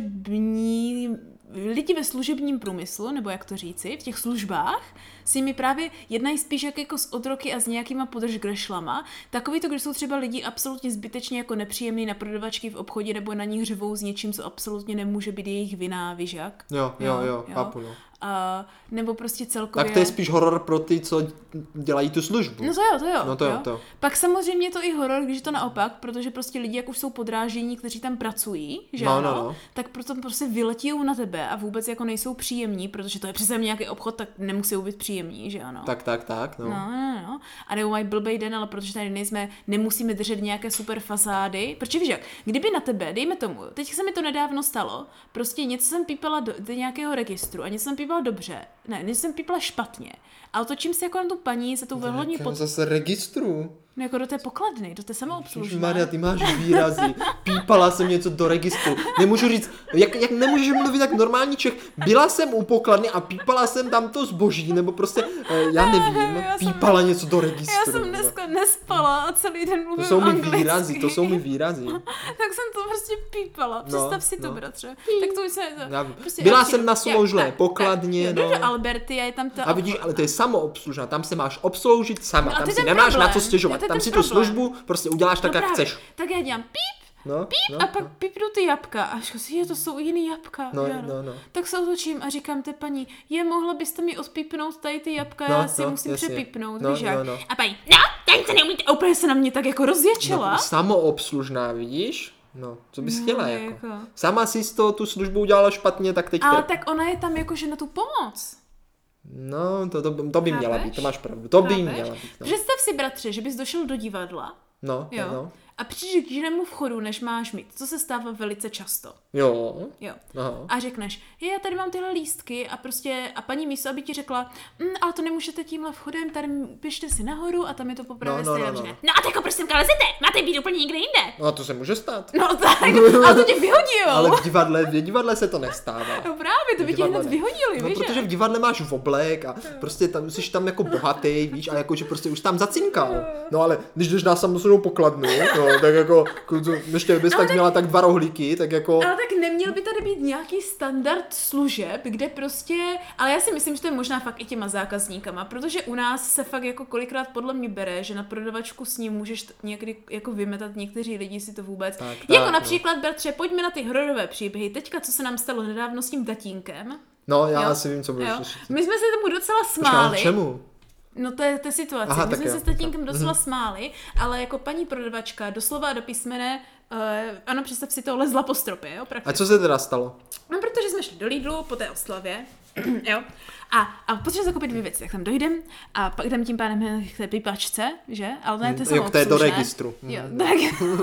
služební, lidi ve služebním průmyslu, nebo jak to říci, v těch službách, s nimi právě jednají spíš jak jako s otroky a s nějakýma podržgrešlama. Takový to, když jsou třeba lidi absolutně zbytečně jako nepříjemný na prodavačky v obchodě nebo na nich řvou s něčím, co absolutně nemůže být jejich vina, víš jak? Jo, jo, jo, chápu, no. A, nebo prostě celkově... Tak to je spíš horor pro ty, co dělají tu službu. No to jo, to jo. No to jo, to jo. Pak samozřejmě je to i horor, když je to naopak, protože prostě lidi, jak už jsou podrážení, kteří tam pracují, že No, ano, no, no. tak proto prostě vyletí na tebe a vůbec jako nejsou příjemní, protože to je přece nějaký obchod, tak nemusí být příjemní, že ano. Tak, tak, tak, no. No, no, no. A nebo mají blbej den, ale protože tady nejsme, nemusíme držet nějaké super fasády. Protože víš jak, kdyby na tebe, dejme tomu, teď se mi to nedávno stalo, prostě něco jsem pípala do, do nějakého registru a něco jsem pípala dobře, ne, něco jsem pípala špatně. A otočím se jako na tu paní za tou velhodní Jakého pod... zase registru. No jako do té pokladny, do té samoobslužné. Maria, ty máš výrazy. Pípala jsem něco do registru. Nemůžu říct, jak, jak nemůžeš mluvit tak normální Čech. Byla jsem u pokladny a pípala jsem tam to zboží, nebo prostě, eh, já nevím, Já jsem- pípala něco do registru. Já jsem dneska nespala a celý den mluvím To jsou mi anglicky. výrazy, to jsou mi výrazy. Tak jsem to prostě pípala. Představ si to, no. bratře. Tak to už se... Já, prostě byla já jsem přijdu- na já- složné tak, pokladně, tak, jo, no. jdu do Alberty a je tam ta... A vidíš, ale to je samoobslužná, tam se máš obsloužit sama, No a tam to je si ten nemáš problém, na co stěžovat, to je tam ten si tu problém. službu prostě uděláš tak, No jak právě. chceš. Tak já dělám píp, No, píp no, a pak pípnu ty jabka. A říkám si, je, to jsou jiný jabka. No, že ano? no, no. Tak se otočím a říkám té paní, je, mohla byste mi odpípnout tady ty jabka, No, já si no, musím jasně. přepípnout, No, víš jak? no, no. A paní, no, tak to neumíte. A úplně se na mě tak jako rozječela. No, samoobslužná, vidíš? No, co bys No, chtěla jako. jako? Sama si to, tu službu udělala špatně, tak teď... Ale trp. tak ona je tam jakože na tu pomoc. No, to, to, to by měla Chápeš? být, to máš pravdu. To by Chápeš? měla být, no. Představ si, bratře, že bys došel do divadla, No, jo, no. a přijdeš k jinému vchodu, než máš mít. Co se stává velice často. Jo. Jo. Aha. A řekneš, je, já tady mám tyhle lístky a prostě, a paní místo, aby ti řekla, mm, ale to nemůžete tímhle vchodem, tady běžte si nahoru a tam je to popravě No, no, stejné. no, No, no. no a tak prosím, lezete, máte být úplně někde jinde. No a to se může stát. No tak, ale to tě vyhodí, jo. Ale v divadle, v divadle se to nestává. No právě, to by V tě divadle hned ne. vyhodili, No, víš, protože v divadle máš oblek a prostě tam jsi tam jako bohatý, víš, a jako, že prostě už tam zacinkal. No ale když jdeš na samostatnou pokladnu, no, tak jako, ještě bys tak měla tak dva rohlíky, tak jako... Ale tak neměl by tady být nějaký standard služeb, kde prostě, ale já si myslím, že to je možná fakt i těma zákazníkama, protože u nás se fakt jako kolikrát podle mě bere, že na prodavačku s ním můžeš t- někdy jako vymetat, někteří lidi si to vůbec, Tak, tak, jako no. například, bratře, pojďme na ty hororové příběhy, teďka, co se nám stalo nedávno s tím tatínkem. No, já Jo. asi vím, co budeš Jo. řešit. My jsme se tomu docela Počkej, ale smáli. čemu? No to je ta situace. Aha, My tak jsme jo. se s tatínkem Tak. docela smáli, ale jako paní prodavačka doslova do písmene, uh, ano, představ si to, lezla po stropě, jo, prakticky. A co se teda stalo? No, protože jsme šli do Lidlu po té oslavě Jo. A, a potřebuje zakupit dvě věci, tak tam dojdem a pak jdem tím pádem k té pípačce, že? Ale ne, to je Jo, k té do registru. Jo, tak...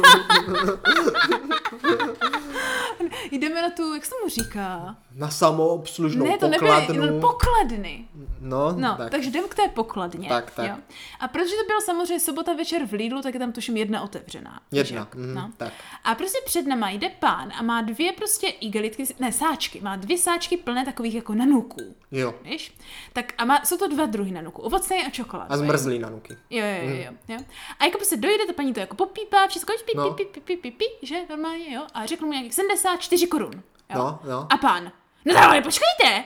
Jdeme na tu, jak se mu říká? Na samoobslužnou ne, to pokladnu. Nebyly, no, pokladny. No, no tak. takže jdem k té pokladně. Tak, tak. Jo? A protože to bylo samozřejmě sobota večer v Lidlu, tak je tam tuším jedna otevřená. Jedna, mm, no. tak. A prostě před náma jde pán a má dvě prostě igelitky, ne, sáčky, má dvě sáčky plné takových jako nanuků. Jo. Víš? Tak a má, jsou to dva druhy nanuků, ovocný a čokoládový. A zmrzlý nanuky. Jo, jo, jo, jo, jo. A jako prostě dojde, ta paní to jako popípá, všechno pí, no. pí, pí, pí, pí, pí, že normálně, jo. A řekl mu nějakých sedmdesát čtyři korun. Jo. No, no. A pán, no tak ale počkejte.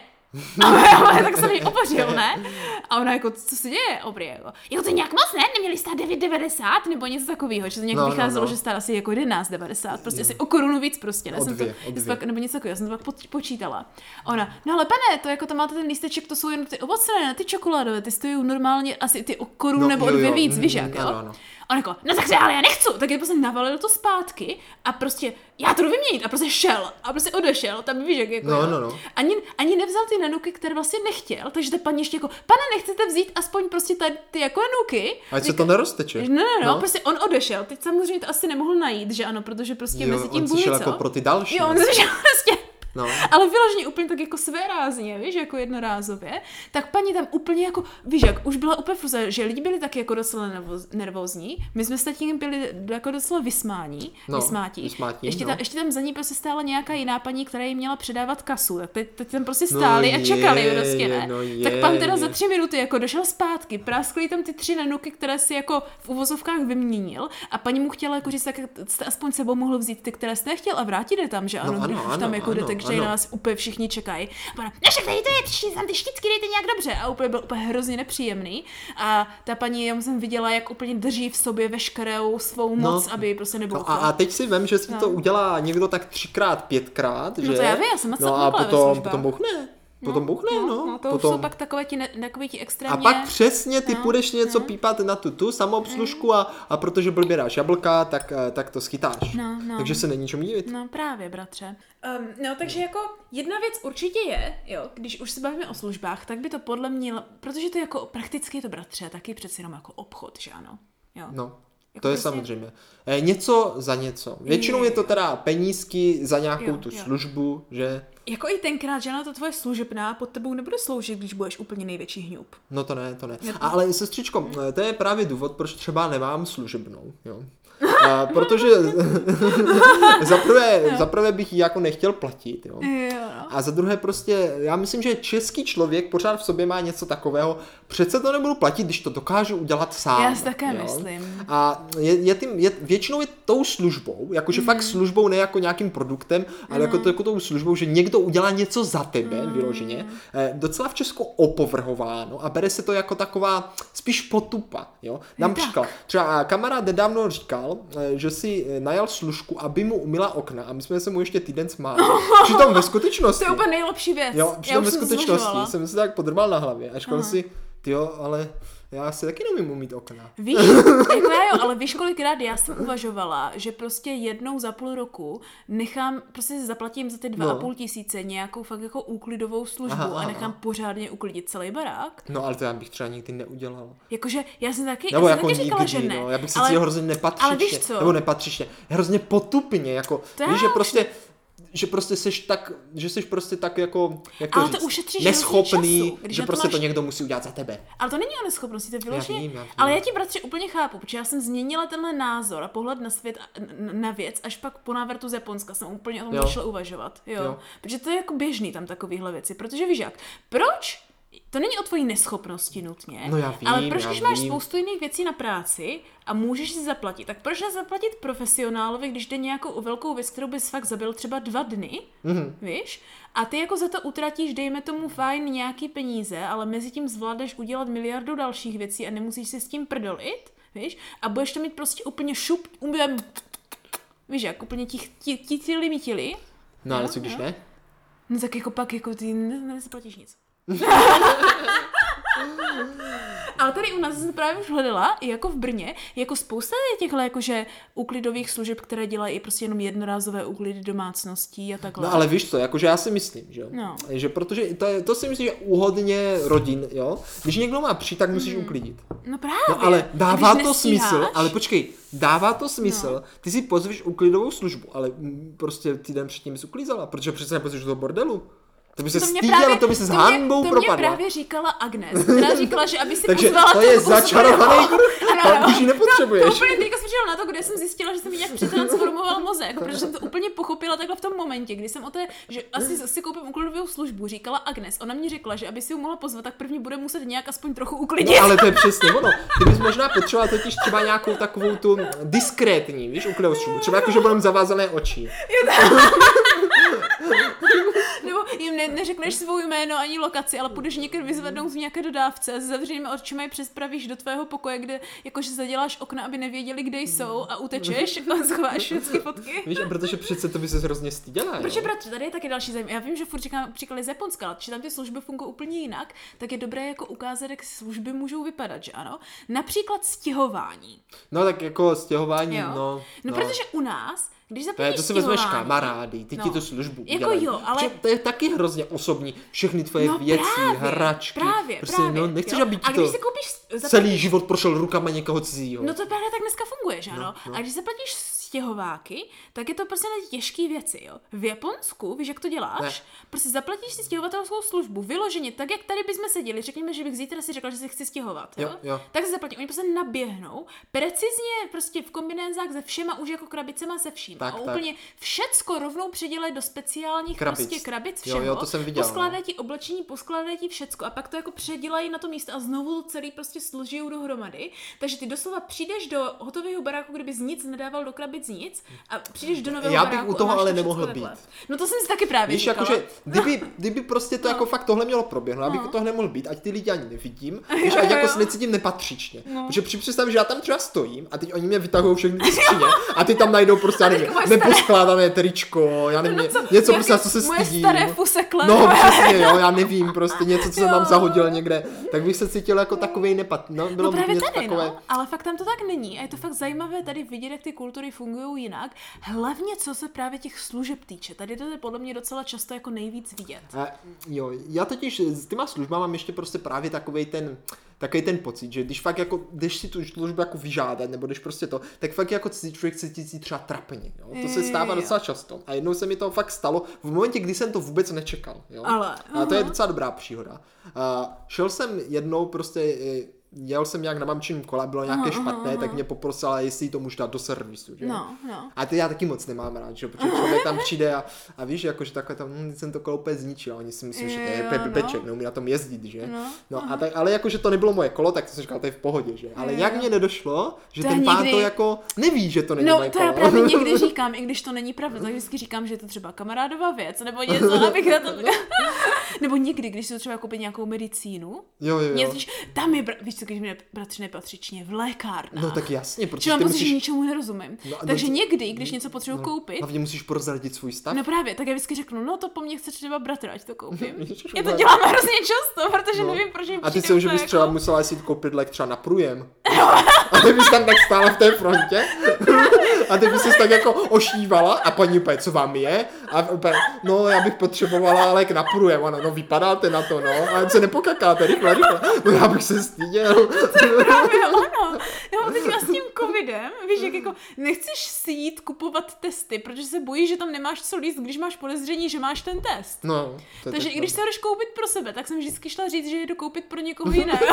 A tak jsem jí opořil, ne? A ona jako, co se děje, obrý, jako, jo, to nějak moc, ne? Neměli stát devět devadesát nebo něco takového, že to nějak no, vycházelo, no, no. že stál asi jako jedenáct devadesát, prostě asi o korunu víc prostě, ne? O Jsem dvě, to, o dvě. Pak, nebo něco takového, jsem to pak počítala. A ona, no ale pane, to jako to máte ten lísteček, to jsou jen ty ovocné, ne ty čokoládové, ty stojí normálně asi ty o korunu no, nebo o jo, dvě jo. víc, víš jak, jo? Ano, ano. A on jako, no tak ale já nechci, tak je prostě navalil to zpátky a prostě, já to jdu vyměnit a prostě šel a prostě odešel, tam víš jak jako, no, no, no. Ani, ani nevzal ty nanuky, které vlastně nechtěl, takže ta paní ještě jako, pane, nechcete vzít aspoň prostě tady ty jako nanuky? Ať se to nerozteče. No, no, no, no, prostě on odešel, teď samozřejmě to asi nemohl najít, že ano, protože prostě jo, mezi tím on bude, si šel co? jako pro ty další. Jo, on si šel prostě. No. Ale vyloženě úplně tak jako svérázně, víš, jako jednorázově, tak paní tam úplně jako, víš jak, už byla úplně fruze, že lidi byli taky jako docela nervózní, my jsme s tatínkem byli jako docela vysmání, no, vysmátí. vysmátí ještě, no. ta, ještě tam za ní prostě stála nějaká jiná paní, která jí měla předávat kasu, tak teď, teď tam prostě stáli no a čekali je, prostě, ne? No je, tak pan teda je. za tři minuty jako došel zpátky, práskli tam ty tři nanuky, které si jako v uvozovkách vyměnil a paní mu chtěla jako říct, tak jste aspoň sebou mohl vzít ty, které jste nechtěl a vrátit je tam, že ano, no, ano, když ano, tam jako ano, jdete, že ano. nás úplně všichni čekají. A pana, no však tady to je, tři, tam ty štítky dejte nějak dobře. A úplně byl úplně hrozně nepříjemný. A ta paní, já jsem viděla, jak úplně drží v sobě veškerou svou moc, no, aby prostě nebouchla. No a, a teď si vem, že si no. to udělá někdo tak třikrát, pětkrát, že? No to já vím, já jsem moc no a potom, potom bouchne. Potom no, bouchne, no. no. no to potom... jsou pak takové ti, ne, takové ti extrémně... A pak přesně ty no, půjdeš něco no. pípat na tu, tu samoobslužku a, a protože blbě dáš jablka, tak, tak to schytáš. No, no. Takže se není čemu divit. No právě, bratře. Um, no takže jako jedna věc určitě je, jo, když už se bavíme o službách, tak by to podle mě, protože to je jako prakticky to, bratře, taky přeci jenom jako obchod, že ano? Jo. No. Jako to je prostě... samozřejmě. E, něco za něco. Většinou je to teda penízky za nějakou jo, tu jo. službu, že... Jako i tenkrát, že na to tvoje služebná pod tebou nebude sloužit, když budeš úplně největší hňup. No to ne, to ne. A, ale sestřičko, to je právě důvod, proč třeba nemám služebnou, jo. A, protože zaprvé, zaprvé bych ji jako nechtěl platit, jo. jo. A za druhé prostě, já myslím, že český člověk pořád v sobě má něco takového, přece to nebudu platit, když to dokážu udělat sám. Já si také jo? myslím. A je, je tím, je, většinou je tou službou, jakože mm. fakt službou, ne jako nějakým produktem, ale mm. jako, to, jako tou službou, že někdo udělá něco za tebe, mm. vyloženě, eh, docela v Česku opovrhováno a bere se to jako taková spíš potupa, jo. Dám příklad. Třeba kamarád nedávno říkal, že si najal služku, aby mu umyla okna a my jsme se mu ještě týden smáli. Přitom ve skutečnosti. To je úplně nejlepší věc. Jo, přitom ve skutečnosti jsem se tak podrbal na hlavě a škol si, tyjo, ale já si taky neumím umýt okna. Víš, jako já jo, ale víš kolikrát já jsem uvažovala, že prostě jednou za půl roku nechám, prostě si zaplatím za ty dva no. a půl tisíce nějakou fakt jako úklidovou službu aha, aha. a nechám pořádně uklidit celý barák. No ale to já bych třeba nikdy neudělal. Jakože já jsem taky, nebo já jsem jako taky říkala, nikdy, že ne. No, já bych si ale, cítil hrozně nepatřičně. Ale víš co? Nebo nepatřičně, hrozně potupně, jako, víš, že prostě... že prostě seš tak, že seš prostě tak jako, jak to ale říct, to ušetříš neschopný, času, že prostě máš... to někdo musí udělat za tebe. Ale to není o neschopnosti, to je vyloženě. Já vím, já vím. Ale já ti, bratře, úplně chápu, protože já jsem změnila tenhle názor a pohled na svět, na věc, až pak po návratu z Japonska jsem úplně o tom začala uvažovat. Jo. jo. Protože to je jako běžný tam takovýhle věci, protože víš jak, proč? To není o tvojí neschopnosti nutně, no já vím, ale proč, když já máš vím. spoustu jiných věcí na práci a můžeš si zaplatit, tak proč nezaplatit profesionálovi, když jde nějakou velkou věc, kterou bys fakt zabil třeba dva dny, mm-hmm. víš? A ty jako za to utratíš, dejme tomu fajn nějaký peníze, ale mezi tím zvládneš udělat miliardu dalších věcí a nemusíš si s tím prdolit, víš? A budeš to mít prostě úplně šup, umím, víš jak, úplně títili mítili. No ale co když ne? No tak jako pak jako ty nezaplatíš nic. A ale tady u nás jsem právě už hledala, i jako v Brně, jako spousta těchhle jakože úklidových služeb, které dělají i prostě jenom jednorázové úklidy domácností a takhle. No ale víš co, jakože já si myslím, že jo, no. že protože to, to si myslím, že u hodně rodin, jo, když někdo má přijít, tak musíš mm. uklidit. No právě. No ale dává to nestíháš, smysl, ale počkej, dává to smysl, no. Ty si pozvíš uklidovou službu, ale prostě týden předtím jsi uklízela, protože přece nepozvíš do toho bordelu. To by se styděla, to by se s hanbou propadla. To mě právě říkala Agnes, která říkala, že aby si takže pozvala to je začarovaný kruh, pak už ji nepotřebuješ. No, to úplně teďka směřila na to, kde jsem zjistila, že jsem mi nějak přetransformoval mozek, protože jsem to úplně pochopila takhle v tom momentě, kdy jsem o té, že asi si koupím uklidovou službu, říkala Agnes. Ona mi řekla, že aby si ji mohla pozvat, tak první bude muset nějak aspoň trochu uklidit. No, ale to je přesně ono. Ty bys možná potřebovala totiž třeba nějakou takovou tu diskrétní, víš, uklidovou službu. Třeba jako, že budeme zavázané oči. Nebo jim ne, neřekneš svou jméno ani lokaci, ale půjdeš někde vyzvednout v nějaké dodávce a s zavřenými očima je přespravíš do tvého pokoje, kde jakože zaděláš okna, aby nevěděli, kde jsou a utečeš a schováš všechny fotky. Víš, a protože přece to by se hrozně styděla. Protože bratře, tady je taky další zajímavé. Já vím, že furt říkám příklady z Japonska, ale že tam ty služby fungují úplně jinak, tak je dobré jako ukázat, jak služby můžou vypadat, že ano? Například stěhování. No tak jako stěhování, jo. no. No, no protože u nás když zaplatíš to si vezmeš kamarády, ty no. ti tu službu jako udělají. jo, ale... To je taky hrozně osobní. Všechny tvoje no věci, právě, hračky. Právě, prostě, právě. No, nechceš, jo? aby ti a když to si koupíš, zaplatíš... celý život prošel rukama někoho cizího. No to právě tak dneska funguje, že ano? No, no. A když zaplatíš stěhováky, tak je to prostě na těžké věci, jo. V Japonsku, víš, jak to děláš? Ne. Prostě zaplatíš si stěhovatelskou službu, vyloženě, tak jak tady bychom seděli, řekněme, že bych zítra si řekla, že si chci stěhovat, jo? Jo, jo. Tak si zaplatí, oni prostě naběhnou, precizně prostě v kombinézách se všema, už jako krabicema se vším. Tak, a tak. úplně všecko rovnou přidělají do speciálních krabic. prostě krabic všeho. Jo, jo, to jsem viděl. Poskládají ti oblečení, poskládají ti všecko a pak to jako předělají na to místo a znovu to celý prostě složijou dohromady. Takže ty doslova přijdeš do hotového baráku, kdyby z nic nedával do krabic nic a přijdeš do nového Já baráku. bych u toho ale nemohl být. No to jsem si taky právě Víš, říkala. jakože, kdyby, kdyby prostě to no. jako fakt tohle mělo proběhnout, abych no. u toho nemohl být, ať ty lidi ani nevidím, víš, ať jako se necítím nepatřičně. No. Protože při představě, že já tam třeba stojím a teď oni mě vytahují všechny ty skříně a ty tam najdou prostě, já nevím, neposkládané tričko, já nevím, no, co, něco prostě, na co se moje stydím. staré fusekle. No přesně, jo, já nevím, prostě něco, co jsem tam zahodil někde, tak bych se cítil jako takovej nepad. No, bylo no právě něco tady, takové. No, ale fakt tam to tak není a je to fakt zajímavé tady vidět, jak ty kultury fungují jinak. Hlavně co se právě těch služeb týče. Tady to je podle mě docela často jako nejvíc vidět. A, jo, já totiž s těma službama mám ještě prostě právě takovej ten, takový ten pocit, že když fakt jako, jdeš si tu službu jako vyžádat, nebo když prostě to, tak fakt jako člověk se cítí třeba trapně, jo. To se stává docela často. A jednou se mi to fakt stalo v momentě, kdy jsem to vůbec nečekal, jo. Ale, a to je docela dobrá příhoda. Uh, šel jsem jednou prostě, jel jsem nějak na mamčiném kole, bylo nějaké aha, špatné, aha. tak mě poprosila, jestli jí to můžu dát do servisu, že? No, no. A to já taky moc nemám rád, že? Protože člověk tam přijde a, a víš, jako, že takhle tam, hm, jsem to kolo úplně zničil, oni si myslí, že to je pe- peček, neumí na tom jezdit, že? No, no a tak, ale jakože to nebylo moje kolo, tak jsem říkal, to je v pohodě, že? Ale jak mě nedošlo, že to ten pán někdy... to jako neví, že to není no, moje to kolo. No, to já právě někdy říkám, i když to není pravda, tak vždycky říkám, že je to třeba kamarádová věc, nebo něco, abych na to... nebo někdy, když si to třeba koupit nějakou medicínu, jo, jo, jo. tam je, víš co, když mě bratři nepatřičně v lékárnách. No tak jasně, protože ty musíš... musíš... ničemu nerozumím. No, Takže no, někdy, když něco potřebuji no, koupit... Hlavně musíš prozradit svůj stav. No právě, tak já vždycky řeknu, no to po mně chce třeba bratr, ať to koupím. Já to dělám hrozně často, protože no. nevím, proč jim a ty si že bys jako... třeba musela si koupit lék třeba na průjem. A ty bys tam tak stála v té frontě. A ty bys se tak jako ošívala a paní úplně, co vám je? A úplně, no já bych potřebovala lék na průjem. Ano, no vypadáte na to, no. A se nepokakáte, rychle, rychle. No já bych se styděl. Právě ono. Já mám teďka s tím covidem, víš, jak jako nechceš si jít kupovat testy, protože se bojíš, že tam nemáš co líst, když máš podezření, že máš ten test. No. Takže i když se jdeš koupit pro sebe, tak jsem vždycky šla říct, že jdu koupit pro někoho jiného.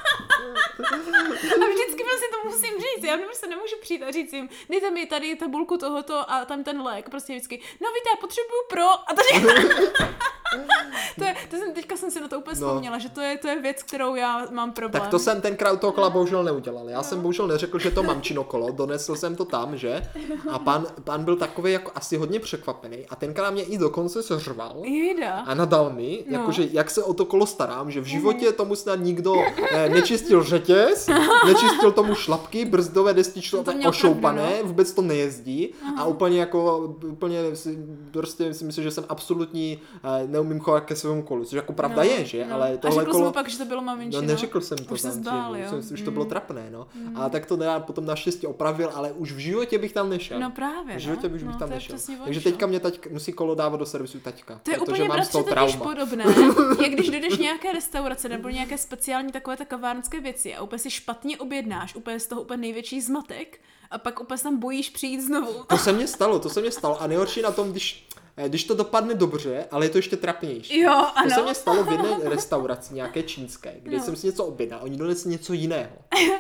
A vždycky prostě to musím říct, já se nemůžu přijít a říct jim, dejte mi tady tabulku tohoto a tam ten lék, prostě vždycky, no víte, já potřebuju pro a to to, je, to jsem, teďka jsem si na to úplně vzpomněla, no. že to je, to je věc, kterou já mám problém. Tak to jsem tenkrát toho kola bohužel neudělal. Já no. jsem bohužel neřekl, že to mamčino kolo, donesl jsem to tam, že? A pan, pan byl takový jako asi hodně překvapený a tenkrát mě i dokonce seřval a nadal mi, no. jakože jak se o to kolo starám, že v životě tomu snad nikdo eh, nečistil řetěz, nečistil tomu šlapky, brzdové destičky ošoupané, pravdu, no. vůbec to nejezdí. Aha. A úplně jako, úplně si, prostě si myslím, že jsem absolutní eh, neumím chovat ke svému kolu, což jako pravda no, je, že? No. Ale tohle a řekl kolo... jsem pak, že to bylo maminčino. No neřekl jsem to už tam, se zdál, že, jo. Už, už to mm. bylo trapné, no. Mm. A tak to já potom naštěstí opravil, ale už v životě bych tam nešel. No právě, V životě no. bych no, tam nešel. Takže Takže teďka mě taťka musí kolo dávat do servisu taťka. To je úplně mám bratře totiž podobné, jak když dojdeš nějaké restaurace nebo nějaké speciální takové ta kavárnské věci a úplně si špatně objednáš, úplně z toho úplně největší zmatek a pak úplně se tam bojíš přijít znovu. To se mně stalo, to se mně stalo a nejhorší na tom, když Když to dopadne dobře, ale je to ještě trapnější. Jo, ano. To se mně stalo v jedné restauraci, nějaké čínské, kde no. jsem si něco objednal, oni donesli něco jiného.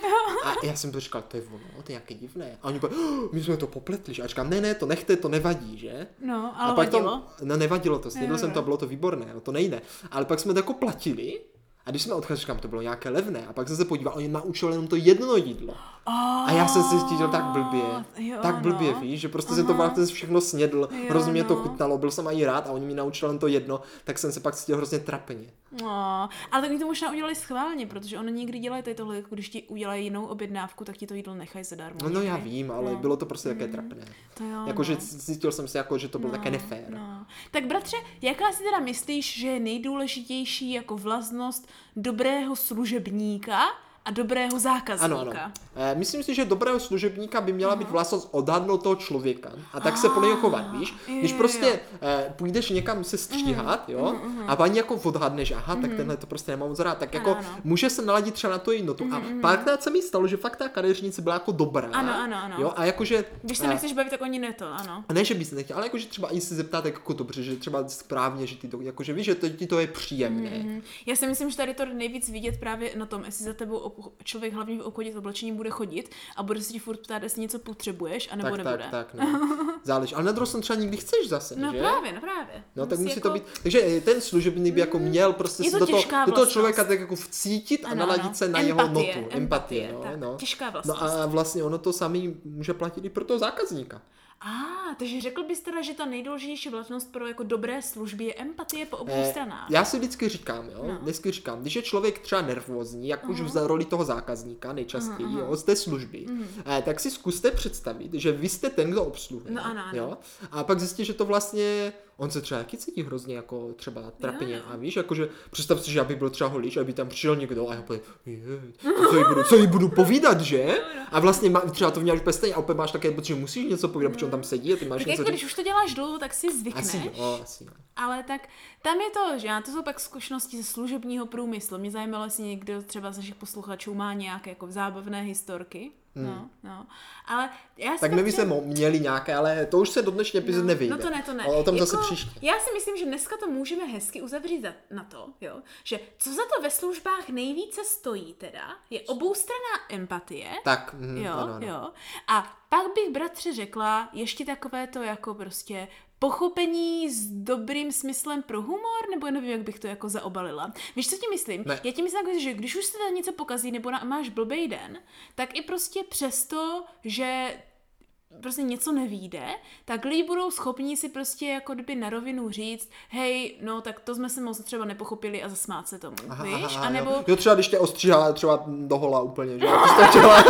A já jsem to říkal, to je ono, to je nějaké divné. A oni říkali, oh, my jsme to popletli, že? A říkám, ne, ne, to nechte, to nevadí, že? No, ale a pak vadilo. To, no nevadilo to, snědl jo, jsem jo. to, bylo to výborné, no to nejde. Ale pak jsme to jako platili. A když jsme odcházeli, říkám, to bylo nějaké levné. A pak jsem se podíval, oni naučili jenom to jedno jídlo. Oh, a já jsem si cítil tak blbě. Jo, tak blbě, no. víš, že prostě Aha. jsem to vlastně všechno snědl. Jo, hrozně mě to no. chutnalo, byl jsem i rád a oni mi naučili jen to jedno, tak jsem se pak cítil hrozně trapně. No, ale tak mi to možná udělali schválně, protože ono někdy dělají tady tohle, jako když ti udělají jinou objednávku, tak ti to jídlo nechají zadarmo. No, no já vím, ale no. bylo to prostě také trapné. To jo, Jakože no. cítil jsem se jako, že to bylo no, také nefér. No. Tak bratře, jaká si teda myslíš, že je nejdůležitější jako vlastnost dobrého služebníka a dobrého zákazníka? Ano, ano. E, myslím si, že dobrého služebníka by měla být vlastnost odhadnout toho člověka a tak se podle něho chovat, víš? Když prostě e, půjdeš někam se stříhat, jo, a paní jako odhadne, že aha, tak tenhle to prostě nemám moc rád, tak jako ano, ano. může se naladit třeba na tu jednotu a párkrát se mi stalo, že fakt ta kadeřnice byla jako dobrá. Ano, ano, ano. Jo, a jakože... Když se nechceš bavit, tak oni ne to, ano. Ne, že bys nechtěl, ale jakože třeba i se zeptat jako dobře, že třeba správně, že ty to, jakože víš, že to, ti to je příjemné. Mm-hmm. Já si myslím, že tady to nejvíc vidět právě na tom, jestli za tebou člověk hlavně v obchodě s oblečením bude chodit a bude se ti furt ptát, jestli něco potřebuješ, anebo tak, nebude. Tak, tak, no. Záleží. Ale na druhou stranu třeba nikdy chceš zase, no že? právě, no právě. No tak musí jako... to být, takže ten služebník by jako měl prostě je se to do toho, do toho člověka tak jako vcítit ano, a naladit ano. se na empatie, jeho notu. Empatie, empatie no, tak, no. těžká vlastnost. No a vlastně ono to samý může platit i pro toho zákazníka. A, ah, takže řekl bys teda, že ta nejdůležitější vlastnost pro jako dobré služby je empatie po obou eh, stranách. Já si vždycky říkám, jo, no. vždycky říkám, když je člověk třeba nervózní, jak uh-huh. už v roli toho zákazníka nejčastěji, uh-huh. jo, z té služby, uh-huh. eh, tak si zkuste představit, že vy jste ten, kdo obsluhuje. No, ano, ano. Jo, a pak zjistíte, že to vlastně on se třeba taky cítí hrozně jako třeba trapně jo. a víš, jakože představ si, že já bych byl třeba holíč a by tam přišel někdo a já povím, co jí budu, co jí budu povídat, že? A vlastně má, třeba to měláš úplně stejně a opět máš také, protože musíš něco povídat, protože on tam sedí a ty máš tak něco jako, když už to děláš dlouho, tak si zvykneš. Asi jo, asi jo. Ale tak tam je to, že já to jsou pak zkušenosti ze služebního průmyslu. Mě zajímalo, jestli někdo třeba z našich posluchačů má nějaké jako zábavné historky. Hmm. No, no. Ale já si tak my bychom chtěl... měli nějaké, ale to už se do dnešní epizody no, nevyjde. No to ne, to ne. O tom jako, zase příště. Já si myslím, že dneska to můžeme hezky uzavřít za, na to, jo, že co za to ve službách nejvíce stojí teda, je oboustranná empatie. Tak, mm, jo, ano, ano. jo. A pak bych, bratře, řekla ještě takové to jako prostě pochopení s dobrým smyslem pro humor, nebo nevím, jak bych to jako zaobalila. Víš, co ti myslím? Ne. Já ti myslím, jako, že když už se tam něco pokazí, nebo na, máš blbej den, tak i prostě přesto, že prostě něco nevíde, tak lidi budou schopni si prostě jako kdyby na rovinu říct, hej, no tak to jsme se moc třeba nepochopili a zasmát se tomu, aha, víš? aha, a nebo... jo. jo, třeba když tě ostříhá třeba do hola úplně, že? Ty jsi to chtěla,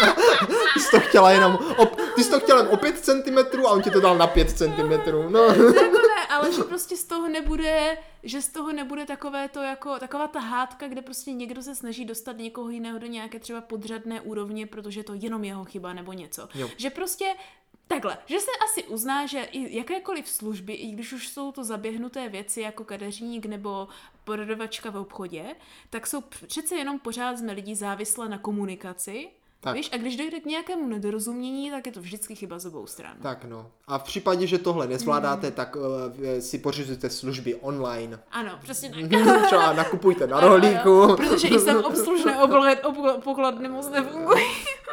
ty jsi to chtěla jenom, o, ty jsi to chtěla jen o pět centimetrů a on ti to dal na pět centimetrů, no. Jako ne, ale že prostě z toho nebude, že z toho nebude takové to jako, taková ta hádka, kde prostě někdo se snaží dostat někoho jiného do nějaké třeba podřadné úrovně, protože je to jenom jeho chyba nebo něco. Jo. Že prostě takhle, že se asi uzná, že i jakékoliv služby, i když už jsou to zaběhnuté věci jako kadeřník nebo prodavačka v obchodě, tak jsou přece jenom pořád jsme lidi závislé na komunikaci. Tak. Víš, a když dojde k nějakému nedorozumění, tak je to vždycky chyba z obou stran. Tak no. A v případě, že tohle nezvládáte, mm. tak uh, si pořizujte služby online. Ano, přesně tak. Třeba nakupujte na rohlíku. Protože i sem obslužné obled, ob, pokladny moc nefungují.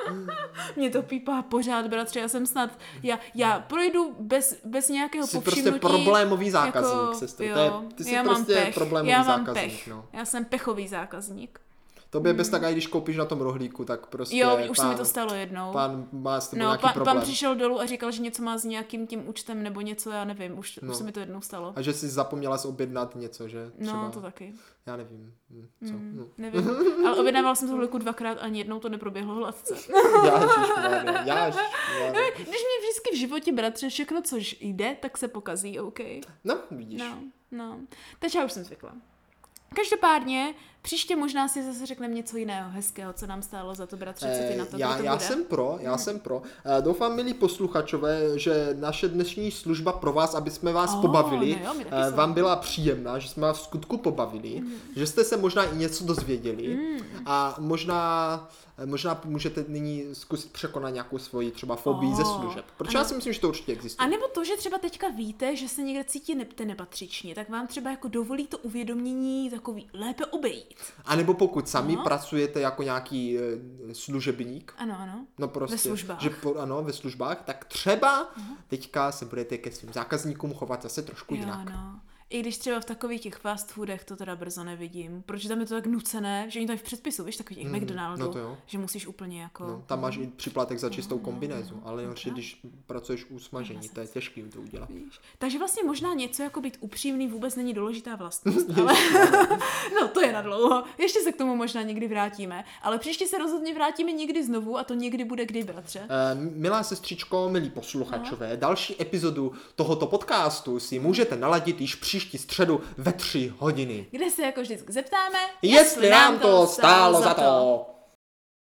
Mě to pípá pořád, bratře, já jsem snad, já, já projdu bez, bez nějakého jsi povšimnutí. Jsi prostě problémový zákazník, jako, sestro. Jo, To je, ty jsi já prostě mám pech, problémový já mám zákazník. Pech. No. Já jsem pechový zákazník. Tobě mm. bez tak, i když koupíš na tom rohlíku, tak prostě... Jo, už pán, se mi to stalo jednou. Pán má s tebou no, nějaký pan, problém. Pán přišel dolů a říkal, že něco má s nějakým tím účtem nebo něco, já nevím, už, no. už se mi to jednou stalo. A že jsi zapomněla si objednat něco, že? Třeba... No, to taky. Já nevím. Co? Mm, no. Nevím, ale objednával jsem to hluku dvakrát, ani jednou to neproběhlo hladce. Jážišmarja, jážišmarja. Když mě vždycky v životě, bratře, všechno, což jde, tak se pokazí, OK? No, vidíš. No, no. Takže já už jsem zvykla. Každopádně, příště možná si zase řekneme něco jiného hezkého, co nám stálo za to, bratře, co ty na to, já, to já bude. jsem pro, já hmm. jsem pro. Doufám, milí posluchačové, že naše dnešní služba pro vás, aby jsme vás oh, pobavili, no jo, vám byla příjemná, že jsme vás v skutku pobavili, hmm. že jste se možná i něco dozvěděli hmm. a možná, možná můžete nyní zkusit překonat nějakou svoji třeba fobii oh, ze služeb. Protože ano. Já si myslím, že to určitě existuje. A nebo to, že třeba teďka víte, že se někde cítíte nepatřičně, tak vám třeba jako dovolí to uvědomění takový lépe obejít. A nebo pokud sami no. pracujete jako nějaký e, služebník. Ano, ano. No prostě, ve službách. Že po, ano, ve službách, tak třeba uh-huh. teďka se budete ke svým zákazníkům chovat zase trošku jo, jinak. No. I když třeba v takových těch fast foodech to teda brzo nevidím, protože tam je to tak nucené, že oni to je v předpisu, víš, takový těch mm, McDonald's, no že musíš úplně jako... No, tam máš i příplatek za čistou no, kombinézu, no, ale horší, no, když pracuješ u smažení, to je těžký to udělat. Víš. Takže vlastně možná něco jako být upřímný vůbec není důležitá vlastnost, ale no to je na dlouho, ještě se k tomu možná někdy vrátíme, ale příště se rozhodně vrátíme někdy znovu a to někdy bude kdy, bratře. Uh, milá sestřičko, milí posluchačové, no. další epizodu tohoto podcastu si můžete naladit již příští středu ve tři hodiny. Kde se jako vždycky zeptáme, jestli, jestli nám to stálo za to.